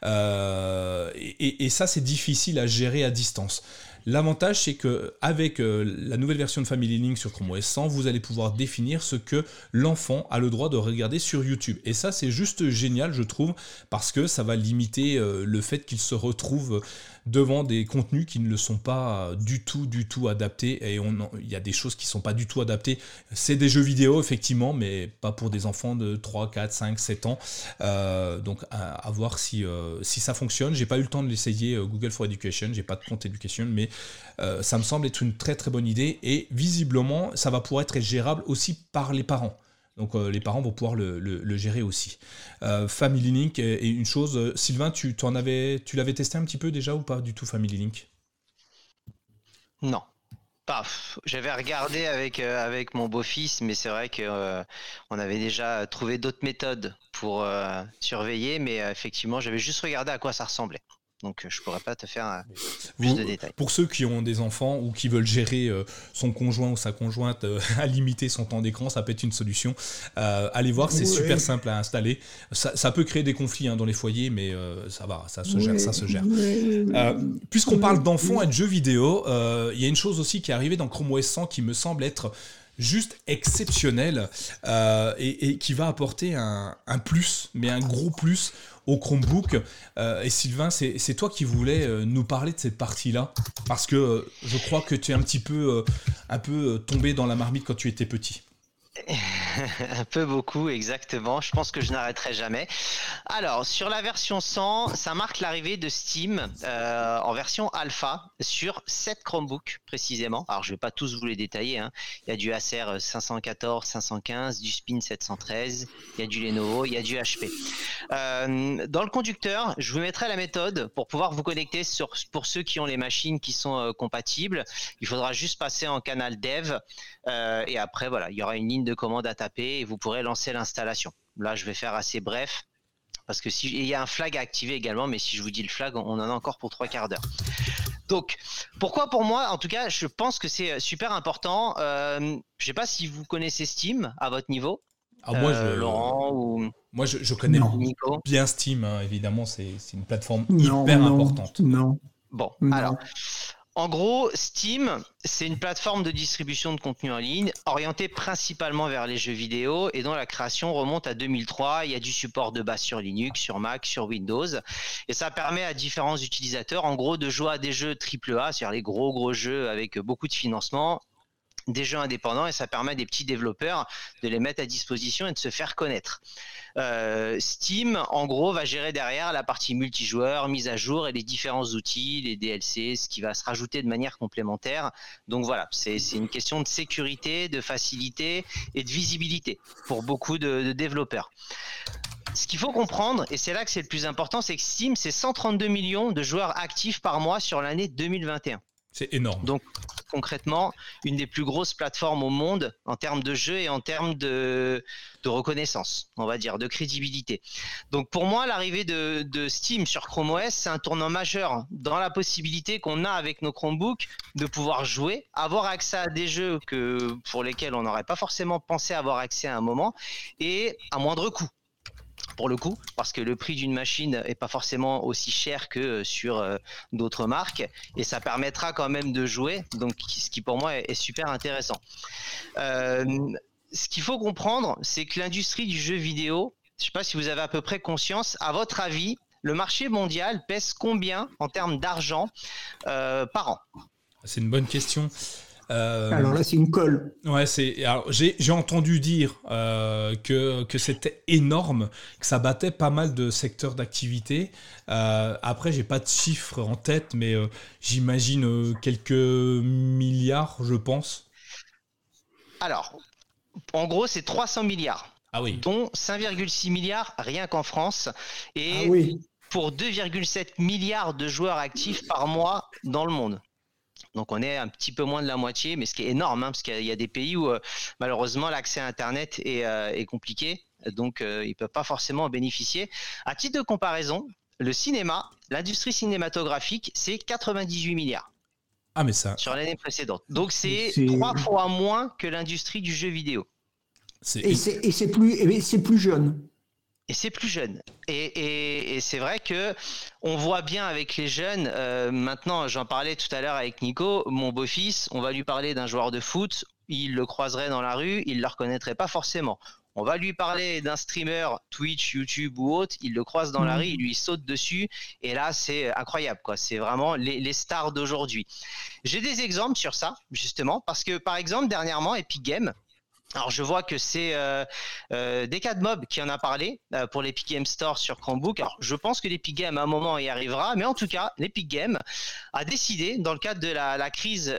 et ça c'est difficile à gérer à distance. L'avantage, c'est qu'avec la nouvelle version de Family Link sur Chrome OS 100, vous allez pouvoir définir ce que l'enfant a le droit de regarder sur YouTube. Et ça, c'est juste génial, je trouve, parce que ça va limiter le fait qu'il se retrouve devant des contenus qui ne le sont pas du tout adaptés. Et il y a des choses qui ne sont pas du tout adaptées. C'est des jeux vidéo, effectivement, mais pas pour des enfants de 3, 4, 5, 7 ans. Donc, à voir si ça fonctionne. J'ai pas eu le temps de l'essayer, Google for Education. J'ai pas de compte Education, mais ça me semble être une très très bonne idée. Et visiblement, ça va pouvoir être gérable aussi par les parents. Donc les parents vont pouvoir le gérer aussi. Family Link est une chose. Sylvain, tu l'avais testé un petit peu déjà ou pas du tout, Family Link ? Non. J'avais regardé avec mon beau-fils, mais c'est vrai que on avait déjà trouvé d'autres méthodes pour surveiller, mais effectivement, j'avais juste regardé à quoi ça ressemblait. Donc je pourrais pas te faire plus de détails. Pour ceux qui ont des enfants ou qui veulent gérer son conjoint ou sa conjointe à limiter son temps d'écran, ça peut être une solution. Allez voir, c'est super simple à installer. Ça peut créer des conflits dans les foyers, mais ça va, ça se gère. Puisqu'on parle d'enfants et de jeux vidéo, il y a une chose aussi qui est arrivée dans Chrome OS 100 qui me semble être juste exceptionnelle et qui va apporter un plus, mais un gros plus au Chromebook. Et Sylvain, c'est toi qui voulais nous parler de cette partie-là, parce que je crois que tu es un peu tombé dans la marmite quand tu étais petit. Un peu beaucoup, exactement. Je pense que je n'arrêterai jamais. Alors, sur la version 100, ça marque l'arrivée de Steam en version alpha sur 7 Chromebooks précisément. Alors, je ne vais pas tous vous les détailler, hein. Il y a du Acer 514, 515, du Spin 713, il y a du Lenovo, il y a du HP. Dans le conducteur, je vous mettrai la méthode pour pouvoir vous connecter pour ceux qui ont les machines qui sont compatibles. Il faudra juste passer en canal dev et après, voilà, il y aura une ligne de commande à taper et vous pourrez lancer l'installation. Là, je vais faire assez bref parce que il y a un flag à activer également, mais si je vous dis le flag, on en a encore pour 3 quarts d'heure. Donc, pourquoi pour moi, en tout cas, je pense que c'est super important. Je ne sais pas si vous connaissez Steam à votre niveau. Laurent ou... Moi, je connais Nico. bien Steam, hein, évidemment, c'est une plateforme hyper importante. Non. Bon, alors... En gros, Steam, c'est une plateforme de distribution de contenu en ligne orientée principalement vers les jeux vidéo et dont la création remonte à 2003. Il y a du support de base sur Linux, sur Mac, sur Windows. Et ça permet à différents utilisateurs, en gros, de jouer à des jeux AAA, c'est-à-dire les gros jeux avec beaucoup de financement, des jeux indépendants, et ça permet à des petits développeurs de les mettre à disposition et de se faire connaître. Steam, en gros, va gérer derrière la partie multijoueur, mise à jour et les différents outils, les DLC, ce qui va se rajouter de manière complémentaire. Donc voilà, c'est une question de sécurité, de facilité et de visibilité pour beaucoup de développeurs. Ce qu'il faut comprendre, et c'est là que c'est le plus important, c'est que Steam, c'est 132 millions de joueurs actifs par mois sur l'année 2021. C'est énorme. Donc concrètement, une des plus grosses plateformes au monde en termes de jeux et en termes de reconnaissance, on va dire, de crédibilité. Donc pour moi, l'arrivée de Steam sur Chrome OS, c'est un tournant majeur dans la possibilité qu'on a avec nos Chromebooks de pouvoir jouer, avoir accès à des jeux pour lesquels on n'aurait pas forcément pensé avoir accès à un moment et à moindre coût. Pour le coup, parce que le prix d'une machine n'est pas forcément aussi cher que sur d'autres marques, et ça permettra quand même de jouer, donc ce qui pour moi est super intéressant. Ce qu'il faut comprendre, c'est que l'industrie du jeu vidéo, je ne sais pas si vous avez à peu près conscience, à votre avis, le marché mondial pèse combien en termes d'argent par an? C'est une bonne question. Alors là, c'est une colle. Ouais, j'ai entendu dire que c'était énorme, que ça battait pas mal de secteurs d'activité. Après, j'ai pas de chiffres en tête, mais j'imagine quelques milliards, je pense. Alors, en gros, c'est 300 milliards. Ah oui. Dont 5,6 milliards rien qu'en France. Et pour 2,7 milliards de joueurs actifs par mois dans le monde. Donc on est un petit peu moins de la moitié, mais ce qui est énorme, hein, parce qu'il y a des pays où malheureusement l'accès à Internet est compliqué, donc ils ne peuvent pas forcément en bénéficier. À titre de comparaison, le cinéma, l'industrie cinématographique, c'est 98 milliards. Ah mais ça... Sur l'année précédente. Donc c'est 3 fois moins que l'industrie du jeu vidéo. Et c'est plus jeune. Et c'est plus jeune. Et c'est vrai que on voit bien avec les jeunes, maintenant j'en parlais tout à l'heure avec Nico, mon beau-fils, on va lui parler d'un joueur de foot, il le croiserait dans la rue, il ne le reconnaîtrait pas forcément. On va lui parler d'un streamer Twitch, YouTube ou autre, il le croise dans la rue, il lui saute dessus, et là c'est incroyable, quoi. C'est vraiment les stars d'aujourd'hui. J'ai des exemples sur ça, justement, parce que par exemple dernièrement Epic Games, alors je vois que c'est Decadmob qui en a parlé pour l'Epic Games Store sur Chromebook. Alors je pense que l'Epic Games à un moment y arrivera, mais en tout cas l'Epic Games a décidé dans le cadre de la crise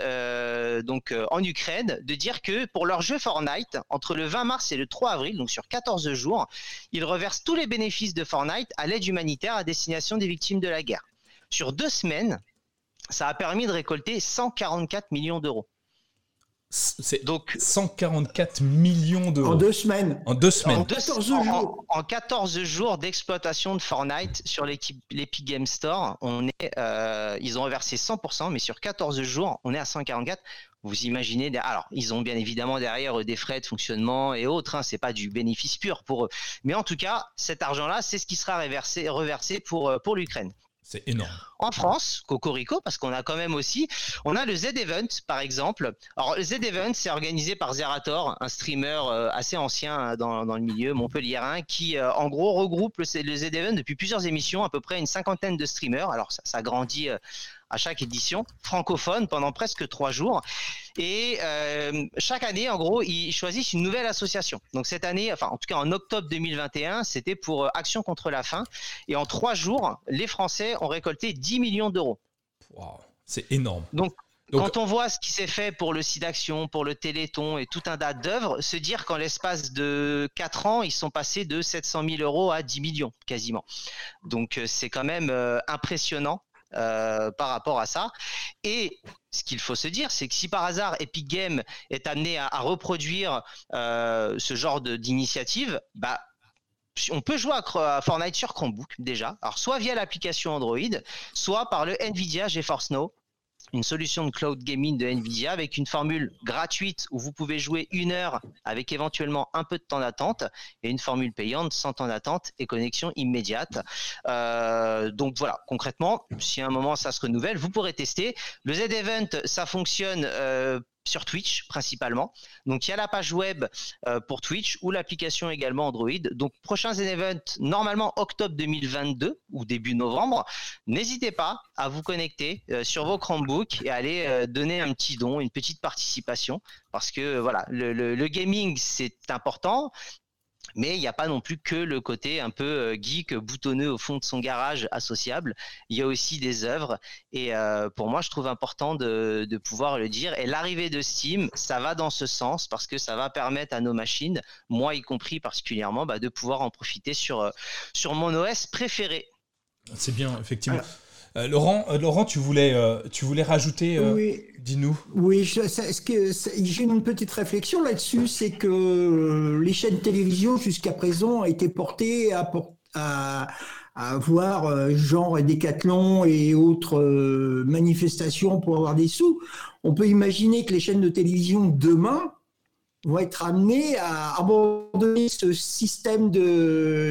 en Ukraine de dire que pour leur jeu Fortnite, entre le 20 mars et le 3 avril, donc sur 14 jours, ils reversent tous les bénéfices de Fortnite à l'aide humanitaire à destination des victimes de la guerre. Sur 2 semaines, ça a permis de récolter 144 millions d'euros. C'est donc 144 millions d'euros. En 2 semaines. En 2 semaines. En 14 jours d'exploitation de Fortnite sur l'Epic Games Store, ils ont reversé 100%, mais sur 14 jours, on est à 144. Vous imaginez, alors ils ont bien évidemment derrière des frais de fonctionnement et autres, hein, c'est pas du bénéfice pur pour eux. Mais en tout cas, cet argent-là, c'est ce qui sera reversé pour l'Ukraine. C'est énorme. En France, Cocorico, parce qu'on a quand même aussi, on a le Z-Event par exemple. Alors le Z-Event, c'est organisé par Zerator, un streamer assez ancien dans le milieu montpelliérain, qui en gros regroupe le Z-Event depuis plusieurs émissions, à peu près une 50aine de streamers. Alors ça grandit à chaque édition francophone pendant presque 3 jours. Et chaque année, en gros, ils choisissent une nouvelle association. Donc cette année, enfin en tout cas en octobre 2021, c'était pour Action contre la faim. Et en 3 jours, les Français ont récolté 10 millions d'euros. Wow, c'est énorme. Donc, quand on voit ce qui s'est fait pour le SIDAction, pour le Téléthon et tout un tas d'œuvres, se dire qu'en l'espace de 4 ans, ils sont passés de 700 000 euros à 10 millions quasiment. Donc c'est quand même impressionnant par rapport à ça. Et ce qu'il faut se dire, c'est que si par hasard Epic Games est amené à reproduire ce genre d'initiative, bah, on peut jouer à Fortnite sur Chromebook déjà, alors soit via l'application Android, soit par le Nvidia GeForce Now, une solution de cloud gaming de Nvidia avec une formule gratuite où vous pouvez jouer 1 heure avec éventuellement un peu de temps d'attente, et une formule payante sans temps d'attente et connexion immédiate. Donc voilà, concrètement, si à un moment ça se renouvelle, vous pourrez tester. Le Z-Event, ça fonctionne sur Twitch principalement. Donc il y a la page web pour Twitch ou l'application également Android. Donc prochain Z-Event, normalement octobre 2022 ou début novembre. N'hésitez pas à vous connecter sur vos Chromebooks et aller donner un petit don, une petite participation, parce que voilà, le gaming c'est important. Mais il n'y a pas non plus que le côté un peu geek, boutonneux au fond de son garage associable. Il y a aussi des œuvres. Et pour moi, je trouve important de pouvoir le dire. Et l'arrivée de Steam, ça va dans ce sens, parce que ça va permettre à nos machines, moi y compris particulièrement, de pouvoir en profiter sur mon OS préféré. C'est bien, effectivement. Laurent, tu voulais rajouter, oui. Dis-nous. Oui, j'ai une petite réflexion là-dessus, c'est que les chaînes télévision jusqu'à présent étaient portées à voir genre Décathlon et autres manifestations pour avoir des sous. On peut imaginer que les chaînes de télévision demain vont être amenées à abandonner ce système de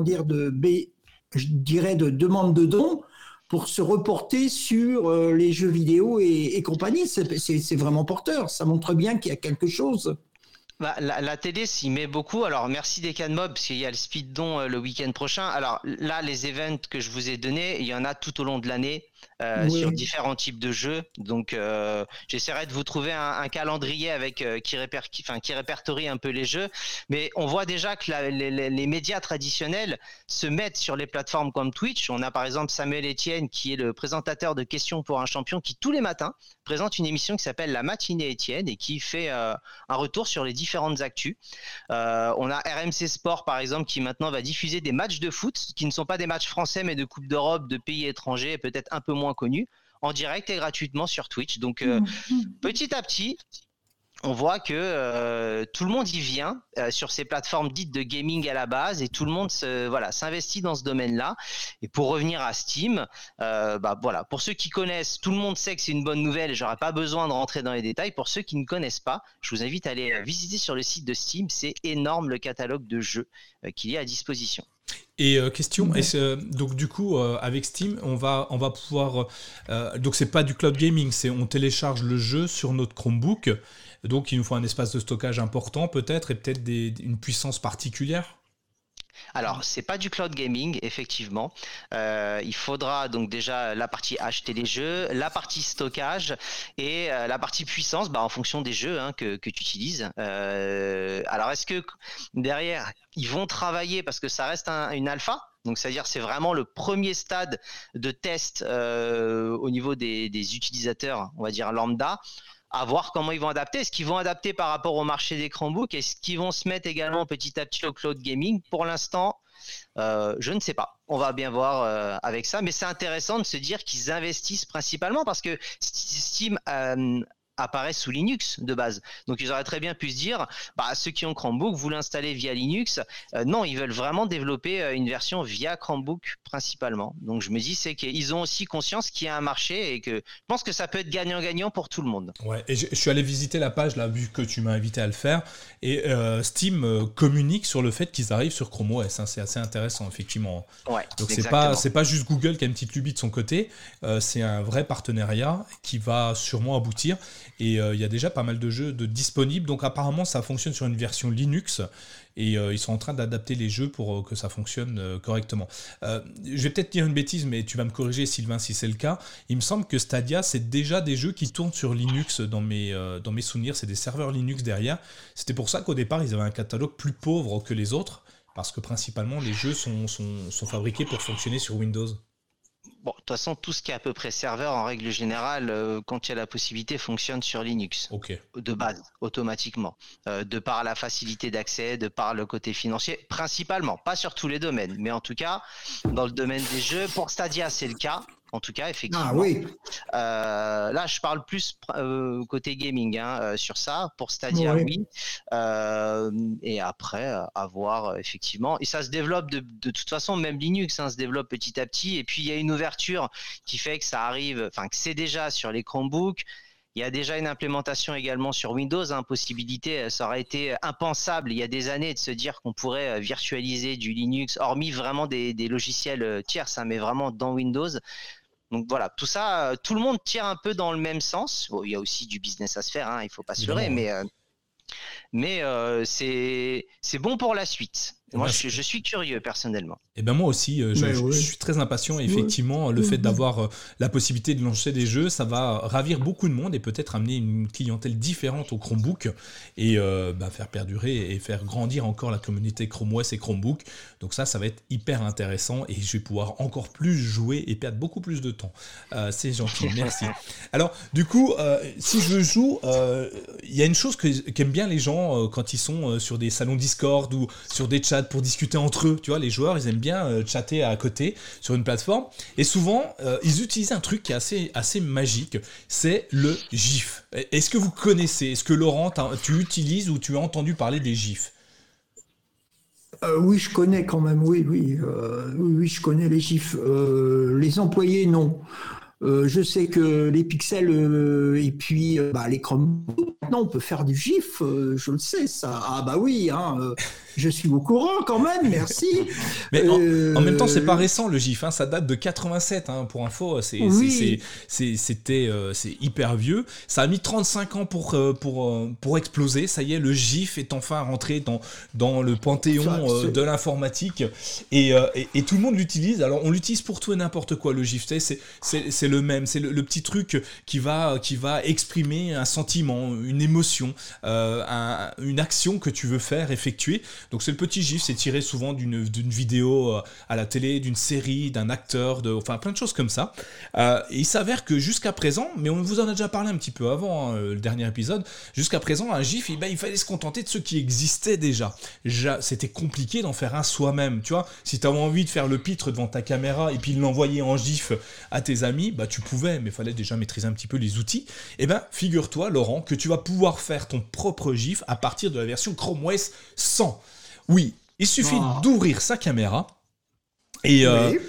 demande de dons, pour se reporter sur les jeux vidéo et compagnie. C'est vraiment porteur. Ça montre bien qu'il y a quelque chose. La télé s'y met beaucoup. Alors merci Decanmob, parce qu'il y a le Speed Don le week-end prochain. Alors là, les events que je vous ai donnés, il y en a tout au long de l'année sur différents types de jeux. Donc j'essaierai de vous trouver un calendrier avec qui répertorie un peu les jeux. Mais on voit déjà que les médias traditionnels se mettent sur les plateformes comme Twitch. On a par exemple Samuel Etienne, qui est le présentateur de Questions pour un champion, qui tous les matins présente une émission qui s'appelle La Matinée Etienne et qui fait un retour sur les différentes actus. On a RMC Sport par exemple, qui maintenant va diffuser des matchs de foot qui ne sont pas des matchs français mais de Coupe d'Europe, de pays étrangers, peut-être un peu moins connus, en direct et gratuitement sur Twitch. Donc petit à petit, on voit que tout le monde y vient sur ces plateformes dites de gaming à la base, et tout le monde s'investit dans ce domaine-là. Et pour revenir à Steam, pour ceux qui connaissent, tout le monde sait que c'est une bonne nouvelle, j'aurais pas besoin de rentrer dans les détails. Pour ceux qui ne connaissent pas, je vous invite à aller visiter sur le site de Steam, c'est énorme le catalogue de jeux qu'il y a à disposition. Et question, donc du coup avec Steam on va pouvoir donc c'est pas du cloud gaming, c'est on télécharge le jeu sur notre Chromebook, donc il nous faut un espace de stockage important peut-être, et peut-être une puissance particulière. Alors, c'est pas du cloud gaming, effectivement. Il faudra donc déjà la partie acheter les jeux, la partie stockage et la partie puissance, en fonction des jeux que tu utilises. Alors, est-ce que derrière, ils vont travailler, parce que ça reste une alpha, donc c'est-à-dire c'est vraiment le premier stade de test au niveau des utilisateurs, on va dire lambda, à voir comment ils vont adapter. Est-ce qu'ils vont adapter par rapport au marché des Chromebooks? Est-ce qu'ils vont se mettre également petit à petit au cloud gaming? Pour l'instant, je ne sais pas. On va bien voir avec ça. Mais c'est intéressant de se dire qu'ils investissent principalement, parce que Steam apparaît sous Linux de base. Donc ils auraient très bien pu se dire, ceux qui ont Chromebook, vous l'installez via Linux. Non, ils veulent vraiment développer une version via Chromebook principalement. Donc je me dis, c'est qu'ils ont aussi conscience qu'il y a un marché, et que je pense que ça peut être gagnant-gagnant pour tout le monde. Ouais, et je suis allé visiter la page là, vu que tu m'as invité à le faire, et Steam communique sur le fait qu'ils arrivent sur Chrome OS. C'est assez intéressant, effectivement. Ouais, donc c'est pas juste Google qui a une petite lubie de son côté, c'est un vrai partenariat qui va sûrement aboutir. Et il y a déjà pas mal de jeux disponibles. Donc apparemment, ça fonctionne sur une version Linux. Et ils sont en train d'adapter les jeux pour que ça fonctionne correctement. Je vais peut-être dire une bêtise, mais tu vas me corriger, Sylvain, si c'est le cas. Il me semble que Stadia, c'est déjà des jeux qui tournent sur Linux dans mes souvenirs. C'est des serveurs Linux derrière. C'était pour ça qu'au départ, ils avaient un catalogue plus pauvre que les autres, parce que principalement, les jeux sont fabriqués pour fonctionner sur Windows. Bon, de toute façon, tout ce qui est à peu près serveur, en règle générale, quand il y a la possibilité, fonctionne sur Linux. Ok. De base, automatiquement. De par la facilité d'accès, de par le côté financier, principalement. Pas sur tous les domaines, mais en tout cas, dans le domaine des jeux, pour Stadia, c'est le cas. En tout cas, effectivement. Ah oui. Là, je parle plus côté gaming sur ça. Pour Stadia, oui. Et après, à voir, effectivement. Et ça se développe de toute façon, même Linux se développe petit à petit. Et puis, il y a une ouverture qui fait que ça arrive, enfin, que c'est déjà sur les Chromebooks. Il y a déjà une implémentation également sur Windows, possibilité, ça aurait été impensable il y a des années de se dire qu'on pourrait virtualiser du Linux, hormis vraiment des logiciels tierces, mais vraiment dans Windows. Donc voilà, tout ça, tout le monde tire un peu dans le même sens. Bon, il y a aussi du business à se faire, il ne faut pas se leurrer, mais c'est bon pour la suite. Moi, je suis curieux personnellement. Et ben moi aussi, je suis très impatient. Et effectivement, le fait d'avoir la possibilité de lancer des jeux, ça va ravir beaucoup de monde et peut-être amener une clientèle différente au Chromebook et faire perdurer et faire grandir encore la communauté Chrome OS et Chromebook. Donc ça va être hyper intéressant et je vais pouvoir encore plus jouer et perdre beaucoup plus de temps. C'est gentil, merci. Alors, du coup, si je joue, il y a une chose qu'aiment bien les gens quand ils sont sur des salons Discord ou sur des chats pour discuter entre eux, tu vois, les joueurs, ils aiment bien chatter à côté sur une plateforme, et souvent, ils utilisent un truc qui est assez magique, c'est le GIF. Est-ce que vous connaissez, est-ce que Laurent, tu utilises ou tu as entendu parler des GIFs ? Oui, je connais quand même, oui, je connais les GIFs. Les employés, non. Je sais que les pixels et puis les Chromebooks, maintenant on peut faire du GIF, je le sais ça. Ah bah oui, je suis au courant quand même, merci. Mais en même temps, c'est pas récent le GIF, ça date de 87, pour info, c'est hyper vieux. Ça a mis 35 ans pour exploser. Ça y est, le GIF est enfin rentré dans le panthéon de l'informatique et tout le monde l'utilise. Alors on l'utilise pour tout et n'importe quoi, le GIF. C'est le même, c'est le petit truc qui va exprimer un sentiment, une émotion, une action que tu veux faire effectuer. Donc c'est le petit GIF, c'est tiré souvent d'une vidéo à la télé, d'une série, d'un acteur, plein de choses comme ça. Et il s'avère que jusqu'à présent, mais on vous en a déjà parlé un petit peu avant, le dernier épisode, jusqu'à présent un GIF, il fallait se contenter de ceux qui existaient déjà. C'était compliqué d'en faire un soi-même, tu vois. Si tu avais envie de faire le pitre devant ta caméra et puis de l'envoyer en GIF à tes amis, tu pouvais, mais il fallait déjà maîtriser un petit peu les outils. Et figure-toi, Laurent, que tu vas pouvoir faire ton propre GIF à partir de la version Chrome OS 100. Oui, il suffit d'ouvrir sa caméra et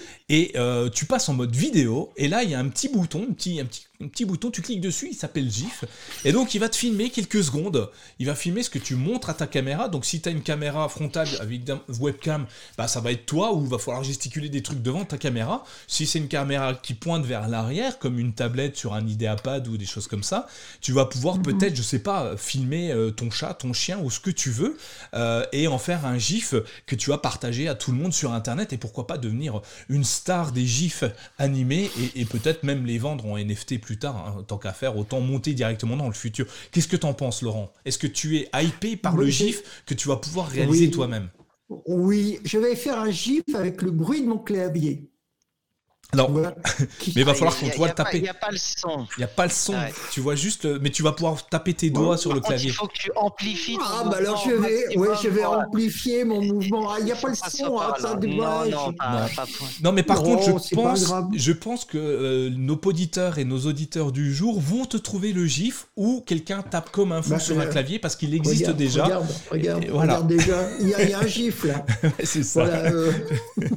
tu passes en mode vidéo et là il y a un petit bouton, un petit bouton, tu cliques dessus, il s'appelle GIF et donc il va te filmer quelques secondes, il va filmer ce que tu montres à ta caméra. Donc si tu as une caméra frontale avec une webcam, ça va être toi où il va falloir gesticuler des trucs devant ta caméra. Si c'est une caméra qui pointe vers l'arrière comme une tablette sur un IdeaPad ou des choses comme ça, tu vas pouvoir peut-être, je sais pas, filmer ton chat, ton chien ou ce que tu veux et en faire un GIF que tu vas partager à tout le monde sur internet et pourquoi pas devenir une star des GIFs animés et peut-être même les vendre en NFT plus tard, tant qu'à faire, autant monter directement dans le futur. Qu'est-ce que t'en penses, Laurent ? Est-ce que tu es hypé par le GIF que tu vas pouvoir réaliser toi-même ? Oui, je vais faire un GIF avec le bruit de mon clavier. Alors, mais il va falloir qu'on te voit le taper. Il n'y a pas le son. Il n'y a pas le son. Ouais. Tu vois juste mais tu vas pouvoir taper tes doigts sur le clavier. Il faut que tu amplifies ton mouvement. Alors je vais amplifier mon mouvement. Il n'y a pas le son. Ça dommage. Non, mais par contre, je pense que nos auditeurs et nos auditeurs du jour vont te trouver le GIF où quelqu'un tape comme un fou sur un clavier parce qu'il existe déjà. Regarde déjà. Il y a un GIF là. Ouais, c'est ça. Voilà,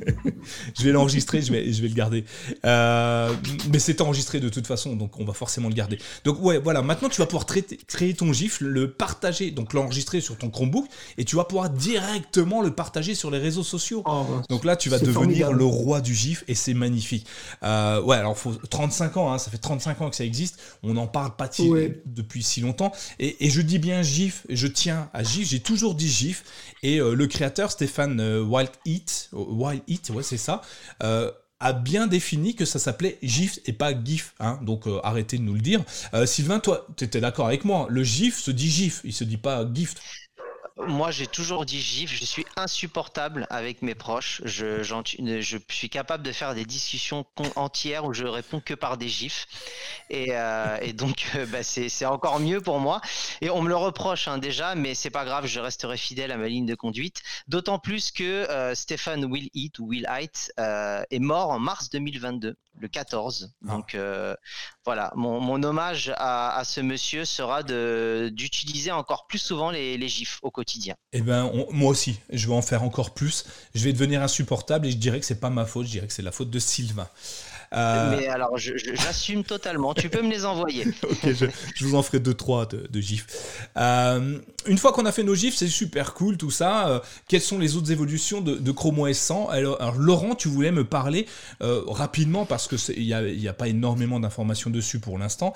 Je vais l'enregistrer, je vais le garder. Mais c'est enregistré de toute façon, donc on va forcément le garder. Donc ouais, voilà, maintenant tu vas pouvoir créer ton GIF, le partager, donc l'enregistrer sur ton Chromebook, et tu vas pouvoir directement le partager sur les réseaux sociaux. Donc là, tu vas devenir formidable. Le roi du GIF, et c'est magnifique. Ouais, alors faut 35 ans, hein, ça fait 35 ans que ça existe, on n'en parle pas depuis si longtemps, et je dis bien GIF, je tiens à GIF, j'ai toujours dit GIF, et le créateur Stéphane Wild-Eat, ouais c'est ça, a bien défini que ça s'appelait GIF et pas GIF, hein, donc arrêtez de nous le dire. Sylvain, toi, tu étais d'accord avec moi, le GIF se dit GIF, il se dit pas GIF. Moi, j'ai toujours dit GIF. Je suis insupportable avec mes proches. Je suis capable de faire des discussions entières où je réponds que par des GIFs. Et donc, c'est encore mieux pour moi. Et on me le reproche déjà, mais c'est pas grave. Je resterai fidèle à ma ligne de conduite. D'autant plus que Stéphane Wild-Eat est mort en mars 2022, le 14. Donc voilà, mon hommage à ce monsieur sera d'utiliser encore plus souvent les GIFs au quotidien. Eh ben, moi aussi, je vais en faire encore plus. Je vais devenir insupportable et je dirais que c'est pas ma faute, je dirais que c'est la faute de Sylvain. Mais alors, j'assume totalement. Tu peux me les envoyer. Ok, je vous en ferai 2-3 de GIFs. Une fois qu'on a fait nos GIFs, c'est super cool tout ça. Quelles sont les autres évolutions de Chrome OS 100 ? Alors, Laurent, tu voulais me parler rapidement, parce qu'il n'y a pas énormément d'informations dessus pour l'instant,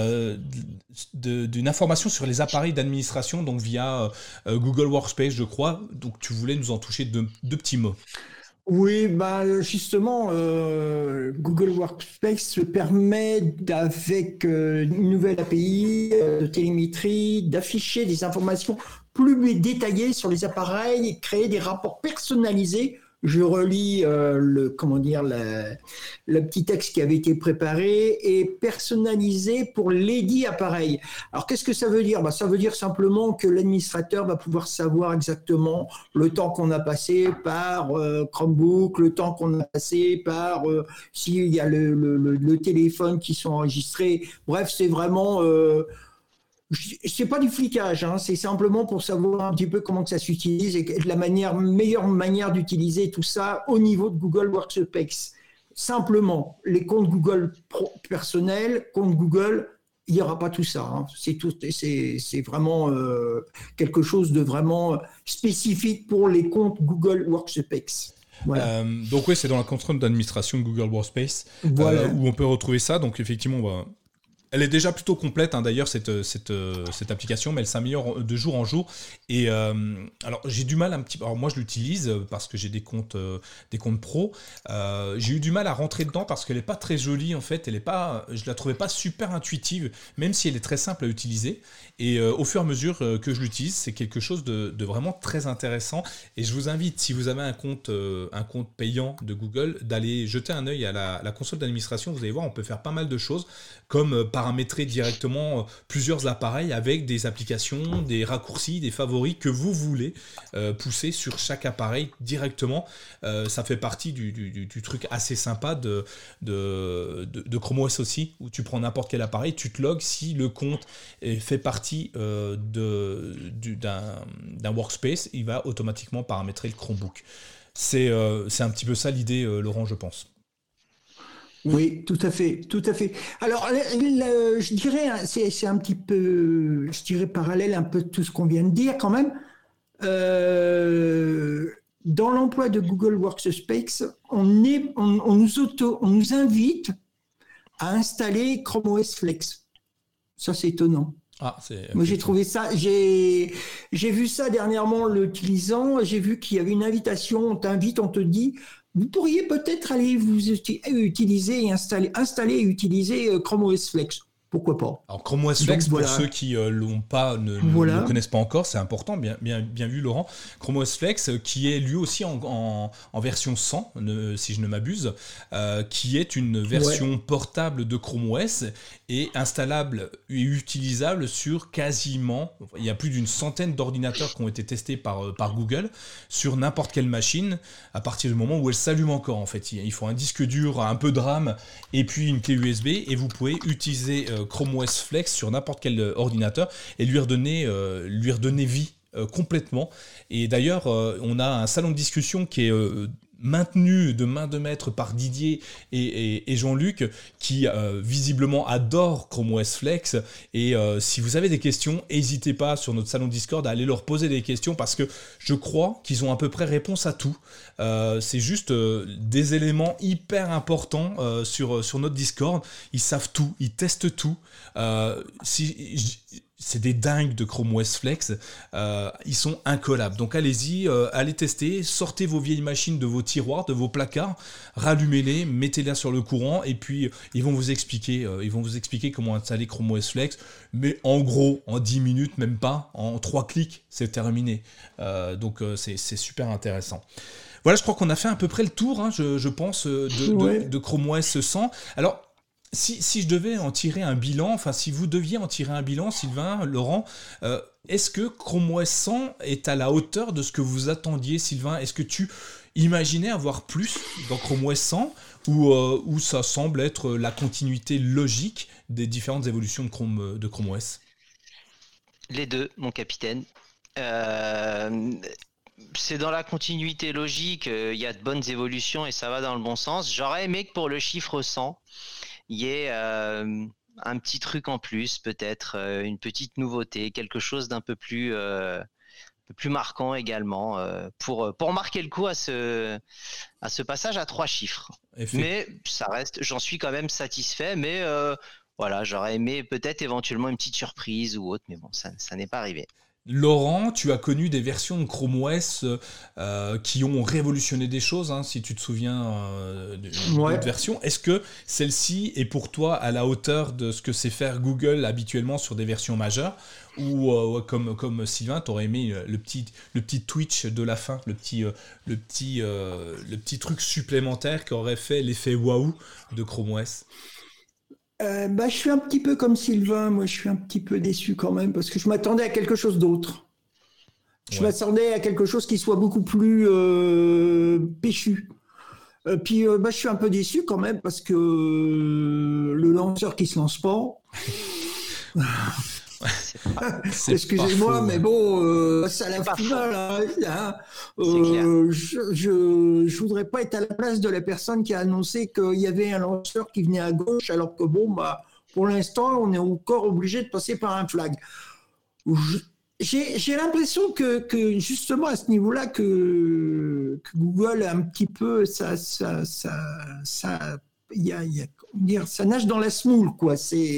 d'une information sur les appareils d'administration, donc via Google Workspace, je crois. Donc, tu voulais nous en toucher deux petits mots. Oui, justement, Google Workspace permet, avec une nouvelle API de télémétrie, d'afficher des informations plus détaillées sur les appareils et créer des rapports personnalisés. Je relis le petit texte qui avait été préparé et personnalisé pour les appareils. Alors, qu'est-ce que ça veut dire ? Ça veut dire simplement que l'administrateur va pouvoir savoir exactement le temps qu'on a passé par Chromebook, le temps qu'on a passé par s'il y a le téléphone qui sont enregistrés. Bref, c'est vraiment... c'est pas du flicage, hein, c'est simplement pour savoir un petit peu comment que ça s'utilise et la meilleure manière d'utiliser tout ça au niveau de Google Workspace. Simplement, les comptes Google personnels, comptes Google, il n'y aura pas tout ça. Hein. C'est vraiment quelque chose de vraiment spécifique pour les comptes Google Workspace. Voilà. Donc oui, c'est dans la contrôle d'administration de Google Workspace, voilà. Où on peut retrouver ça. Donc effectivement, elle est déjà plutôt complète, hein, d'ailleurs, cette application, mais elle s'améliore de jour en jour. Et alors, j'ai du mal un petit peu. Alors, moi, je l'utilise parce que j'ai des comptes pro. J'ai eu du mal à rentrer dedans parce qu'elle n'est pas très jolie, en fait. Je la trouvais pas super intuitive, même si elle est très simple à utiliser. Et au fur et à mesure que je l'utilise, c'est quelque chose de vraiment très intéressant. Et je vous invite, si vous avez un compte payant de Google, d'aller jeter un œil à la console d'administration. Vous allez voir, on peut faire pas mal de choses, comme paramétrer directement plusieurs appareils avec des applications, des raccourcis, des favoris que vous voulez pousser sur chaque appareil directement. Ça fait partie du truc assez sympa de Chrome OS aussi, où tu prends n'importe quel appareil, tu te logs, si le compte fait partie d'un workspace, il va automatiquement paramétrer le Chromebook. C'est un petit peu ça l'idée, Laurent, je pense. Oui, tout à fait, tout à fait. Alors, je dirais, c'est un petit peu, parallèle un peu de tout ce qu'on vient de dire quand même. Dans l'emploi de Google Workspace, on nous invite à installer Chrome OS Flex. Ça, c'est étonnant. Moi, j'ai trouvé ça, j'ai vu ça dernièrement l'utilisant, j'ai vu qu'il y avait une invitation, on t'invite, on te dit, vous pourriez peut-être aller vous utiliser et installer et utiliser Chrome OS Flex. Pourquoi pas ? Alors Chrome OS Flex, pour ceux qui l'ont pas, ne connaissent pas encore, c'est important, bien vu Laurent. Chrome OS Flex, qui est lui aussi en version 100, si je ne m'abuse, qui est une version portable de Chrome OS et installable et utilisable sur quasiment, il y a plus d'une centaine d'ordinateurs qui ont été testés par Google sur n'importe quelle machine, à partir du moment où elle s'allume encore en fait. Il faut un disque dur, un peu de RAM et puis une clé USB et vous pouvez utiliser Chrome OS Flex sur n'importe quel ordinateur et lui redonner vie complètement. Et d'ailleurs, on a un salon de discussion qui est maintenu de main de maître par Didier et Jean-Luc qui visiblement adorent Chrome OS Flex, et si vous avez des questions, n'hésitez pas sur notre salon Discord à aller leur poser des questions, parce que je crois qu'ils ont à peu près réponse à tout. C'est juste des éléments hyper importants sur notre Discord. Ils savent tout, ils testent tout. C'est des dingues de Chrome OS Flex, ils sont incollables. Donc allez-y, allez tester, sortez vos vieilles machines de vos tiroirs, de vos placards, rallumez-les, mettez-les sur le courant, et puis ils vont vous expliquer comment installer Chrome OS Flex. Mais en gros, en 10 minutes, même pas, en 3 clics, c'est terminé. Donc c'est super intéressant. Voilà, je crois qu'on a fait à peu près le tour, hein, je pense, de Chrome OS 100. Alors, si je devais en tirer un bilan, enfin si vous deviez en tirer un bilan, Sylvain, Laurent, est-ce que Chrome OS 100 est à la hauteur de ce que vous attendiez, Sylvain? Est-ce que tu imaginais avoir plus dans Chrome OS 100, ou ça semble être la continuité logique des différentes évolutions de Chrome OS? Les deux, mon capitaine. C'est dans la continuité logique, il y a de bonnes évolutions et ça va dans le bon sens. J'aurais aimé que pour le chiffre 100, il y ait un petit truc en plus, peut-être une petite nouveauté, quelque chose d'un peu plus marquant également, pour marquer le coup à ce passage à 3 chiffres. Mais ça reste, j'en suis quand même satisfait, mais voilà, j'aurais aimé peut-être éventuellement une petite surprise ou autre, mais bon, ça n'est pas arrivé. Laurent, tu as connu des versions de Chrome OS qui ont révolutionné des choses, hein, si tu te souviens d'autres versions. Est-ce que celle-ci est pour toi à la hauteur de ce que sait faire Google habituellement sur des versions majeures, ou comme Sylvain, tu aurais aimé le petit twitch de la fin, le petit truc supplémentaire qui aurait fait l'effet waouh de Chrome OS? Je suis un petit peu comme Sylvain, moi je suis un petit peu déçu quand même, parce que je m'attendais à quelque chose d'autre. Je m'attendais à quelque chose qui soit beaucoup plus péchu. Puis je suis un peu déçu quand même, parce que le lanceur qui se lance pas... Excusez-moi, mais bon, ça la fout mal. Hein. Je voudrais pas être à la place de la personne qui a annoncé qu'il y avait un lanceur qui venait à gauche, alors que pour l'instant, on est encore obligé de passer par un flag. J'ai l'impression que justement à ce niveau-là, que Google a un petit peu ça nage dans la semoule, quoi.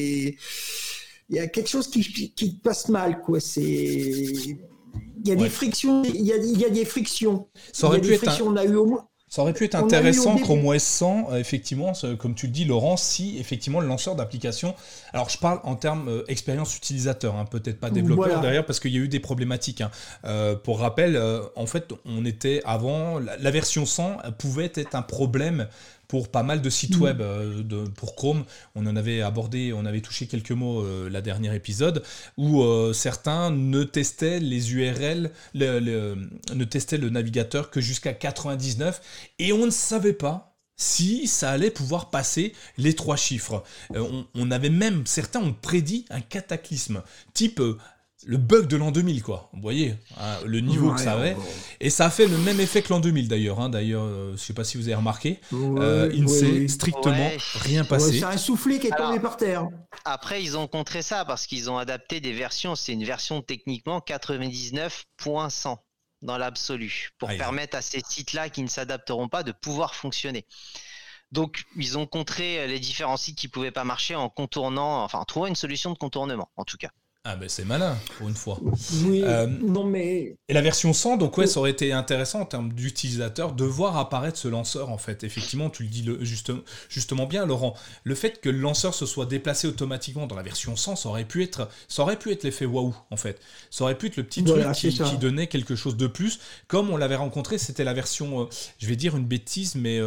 Il y a quelque chose qui passe mal, quoi. Il y a des frictions. Il y a des frictions. Ça aurait pu être intéressant, Chrome OS 100, effectivement, comme tu le dis, Laurent, si effectivement le lanceur d'application. Alors je parle en termes expérience utilisateur, hein, peut-être pas développeur derrière, parce qu'il y a eu des problématiques. Hein. Pour rappel, en fait, on était avant, la version 100 pouvait être un problème pour pas mal de sites web pour Chrome. On en avait abordé, on avait touché quelques mots la dernière épisode, où certains ne testaient les URL, ne testaient le navigateur que jusqu'à 99, et on ne savait pas si ça allait pouvoir passer les 3 chiffres. On avait même, certains ont prédit un cataclysme, type... le bug de l'an 2000, quoi. Vous voyez, hein, le niveau que ça avait. Et ça a fait le même effet que l'an 2000, d'ailleurs. Hein. D'ailleurs, je ne sais pas si vous avez remarqué. Il ne s'est strictement rien passé. C'est un soufflet qui est tombé par terre. Après, ils ont contré ça parce qu'ils ont adapté des versions. C'est une version techniquement 99.100 dans l'absolu, pour permettre à ces sites-là qui ne s'adapteront pas de pouvoir fonctionner. Donc, ils ont contré les différents sites qui ne pouvaient pas marcher en contournant, enfin, en trouvant une solution de contournement, en tout cas. Ah ben c'est malin, pour une fois. Oui, non mais... Et la version 100, donc ça aurait été intéressant en termes d'utilisateur de voir apparaître ce lanceur, en fait. Effectivement, tu le dis justement bien, Laurent. Le fait que le lanceur se soit déplacé automatiquement dans la version 100, ça aurait pu être l'effet waouh, en fait. Ça aurait pu être le petit truc qui donnait quelque chose de plus. Comme on l'avait rencontré, c'était la version, je vais dire une bêtise, mais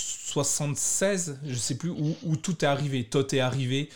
76, je sais plus, où tout est arrivé. Tot est arrivé,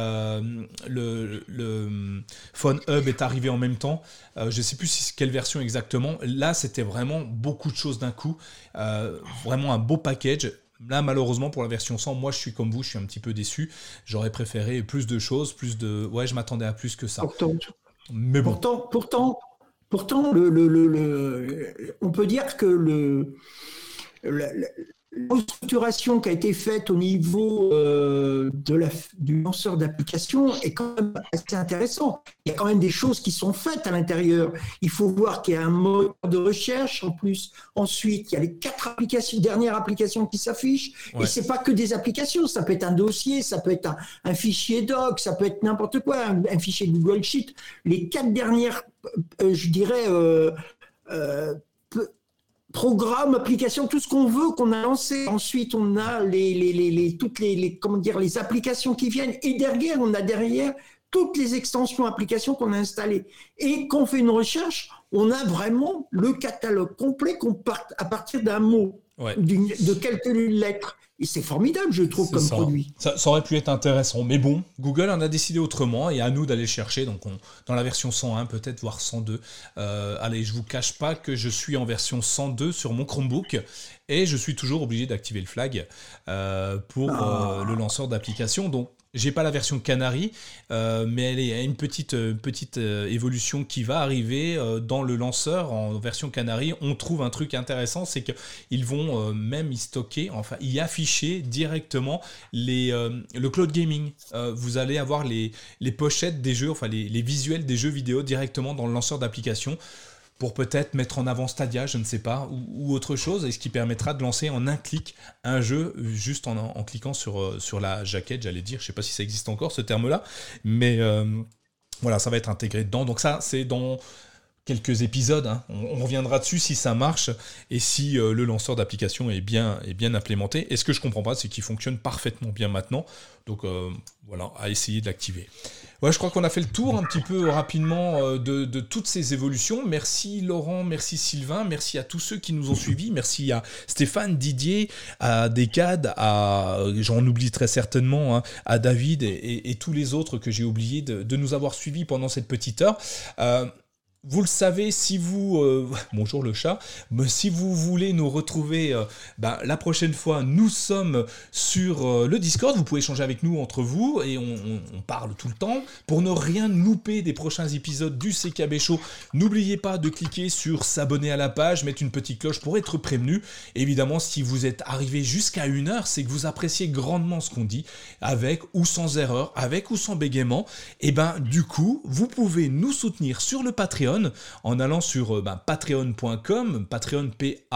le Phone Hub est arrivé en même temps. Je ne sais plus quelle version exactement. Là, c'était vraiment beaucoup de choses d'un coup. Vraiment un beau package. Là, malheureusement, pour la version 100, moi, je suis comme vous, je suis un petit peu déçu. J'aurais préféré plus de choses, Ouais, je m'attendais à plus que ça. Mais bon. Pourtant, on peut dire que la restructuration qui a été faite au niveau du lanceur d'application est quand même assez intéressant. Il y a quand même des choses qui sont faites à l'intérieur. Il faut voir qu'il y a un moteur de recherche en plus. Ensuite, il y a les 4 dernières applications qui s'affichent. Ouais. Et c'est pas que des applications. Ça peut être un dossier, ça peut être un fichier doc, ça peut être n'importe quoi, un fichier Google Sheet. Les 4 dernières, je dirais, programme, application, tout ce qu'on veut qu'on a lancé. Ensuite, on a toutes les applications qui viennent. Et derrière, on a toutes les extensions applications qu'on a installées. Et qu'on fait une recherche, on a vraiment le catalogue complet à partir d'un mot, de quelques lettres. Et c'est formidable, je trouve, comme produit. Ça aurait pu être intéressant. Mais bon, Google en a décidé autrement et à nous d'aller chercher. Donc, dans la version 101, peut-être, voire 102. Allez, je vous cache pas que je suis en version 102 sur mon Chromebook et je suis toujours obligé d'activer le flag pour le lanceur d'application. Donc, j'ai pas la version Canary, mais elle est une petite évolution qui va arriver dans le lanceur en version Canary. On trouve un truc intéressant, c'est qu'ils vont même y afficher directement le cloud gaming. Vous allez avoir les pochettes des jeux, enfin les visuels des jeux vidéo directement dans le lanceur d'application, pour peut-être mettre en avant Stadia, je ne sais pas, ou autre chose, et ce qui permettra de lancer en un clic un jeu juste en cliquant sur la jaquette, j'allais dire, je ne sais pas si ça existe encore ce terme-là, mais voilà, ça va être intégré dedans. Donc ça, c'est dans quelques épisodes, hein. On reviendra dessus si ça marche et si le lanceur d'application est bien implémenté. Et ce que je comprends pas, c'est qu'il fonctionne parfaitement bien maintenant. Donc voilà, à essayer de l'activer. Ouais, je crois qu'on a fait le tour un petit peu rapidement de toutes ces évolutions. Merci Laurent, merci Sylvain, merci à tous ceux qui nous ont suivis. Merci à Stéphane, Didier, à Decad, j'en oublie très certainement, hein, à David et tous les autres que j'ai oubliés de nous avoir suivis pendant cette petite heure. Vous le savez, si vous... bonjour le chat. Si vous voulez nous retrouver la prochaine fois, nous sommes sur le Discord. Vous pouvez échanger avec nous entre vous et on parle tout le temps. Pour ne rien louper des prochains épisodes du CKB Show, n'oubliez pas de cliquer sur s'abonner à la page, mettre une petite cloche pour être prévenu. Évidemment, si vous êtes arrivé jusqu'à 1 heure, c'est que vous appréciez grandement ce qu'on dit, avec ou sans erreur, avec ou sans bégaiement. Et du coup, vous pouvez nous soutenir sur le Patreon en allant sur patreon.com, Patreon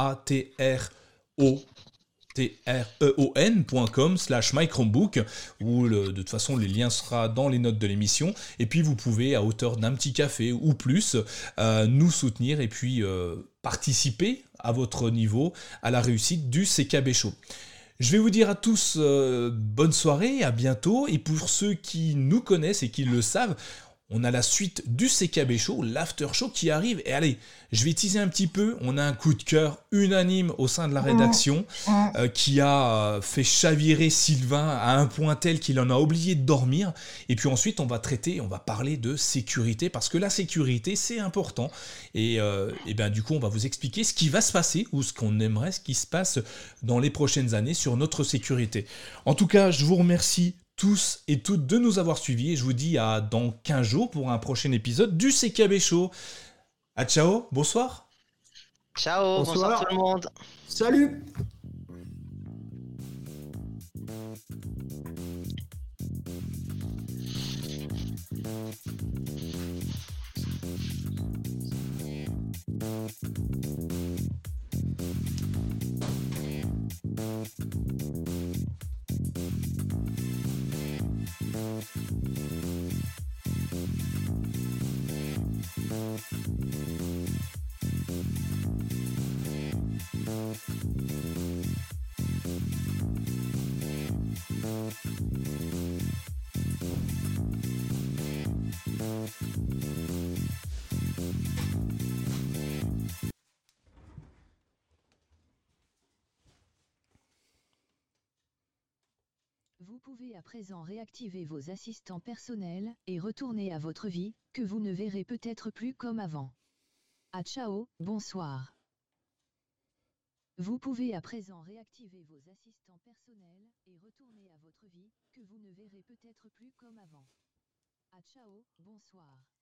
patreon.com/mychromebook, où de toute façon les liens seront dans les notes de l'émission, et puis vous pouvez à hauteur d'un petit café ou plus nous soutenir et puis participer à votre niveau à la réussite du CKB Show. Je vais vous dire à tous bonne soirée, à bientôt, et pour ceux qui nous connaissent et qui le savent, on a la suite du CKB Show, l'after show qui arrive. Et allez, je vais teaser un petit peu. On a un coup de cœur unanime au sein de la rédaction qui a fait chavirer Sylvain à un point tel qu'il en a oublié de dormir. Et puis ensuite, on va parler de sécurité parce que la sécurité, c'est important. Et du coup, on va vous expliquer ce qui va se passer ou ce qu'on aimerait ce qui se passe dans les prochaines années sur notre sécurité. En tout cas, je vous remercie tous et toutes de nous avoir suivis et je vous dis à dans 15 jours pour un prochain épisode du CKB Show. À ciao, bonsoir. Ciao, bonsoir tout le monde. Salut. Vous pouvez à présent réactiver vos assistants personnels et retourner à votre vie, que vous ne verrez peut-être plus comme avant. À ciao, bonsoir. Vous pouvez à présent réactiver vos assistants personnels et retourner à votre vie, que vous ne verrez peut-être plus comme avant. À ciao, bonsoir.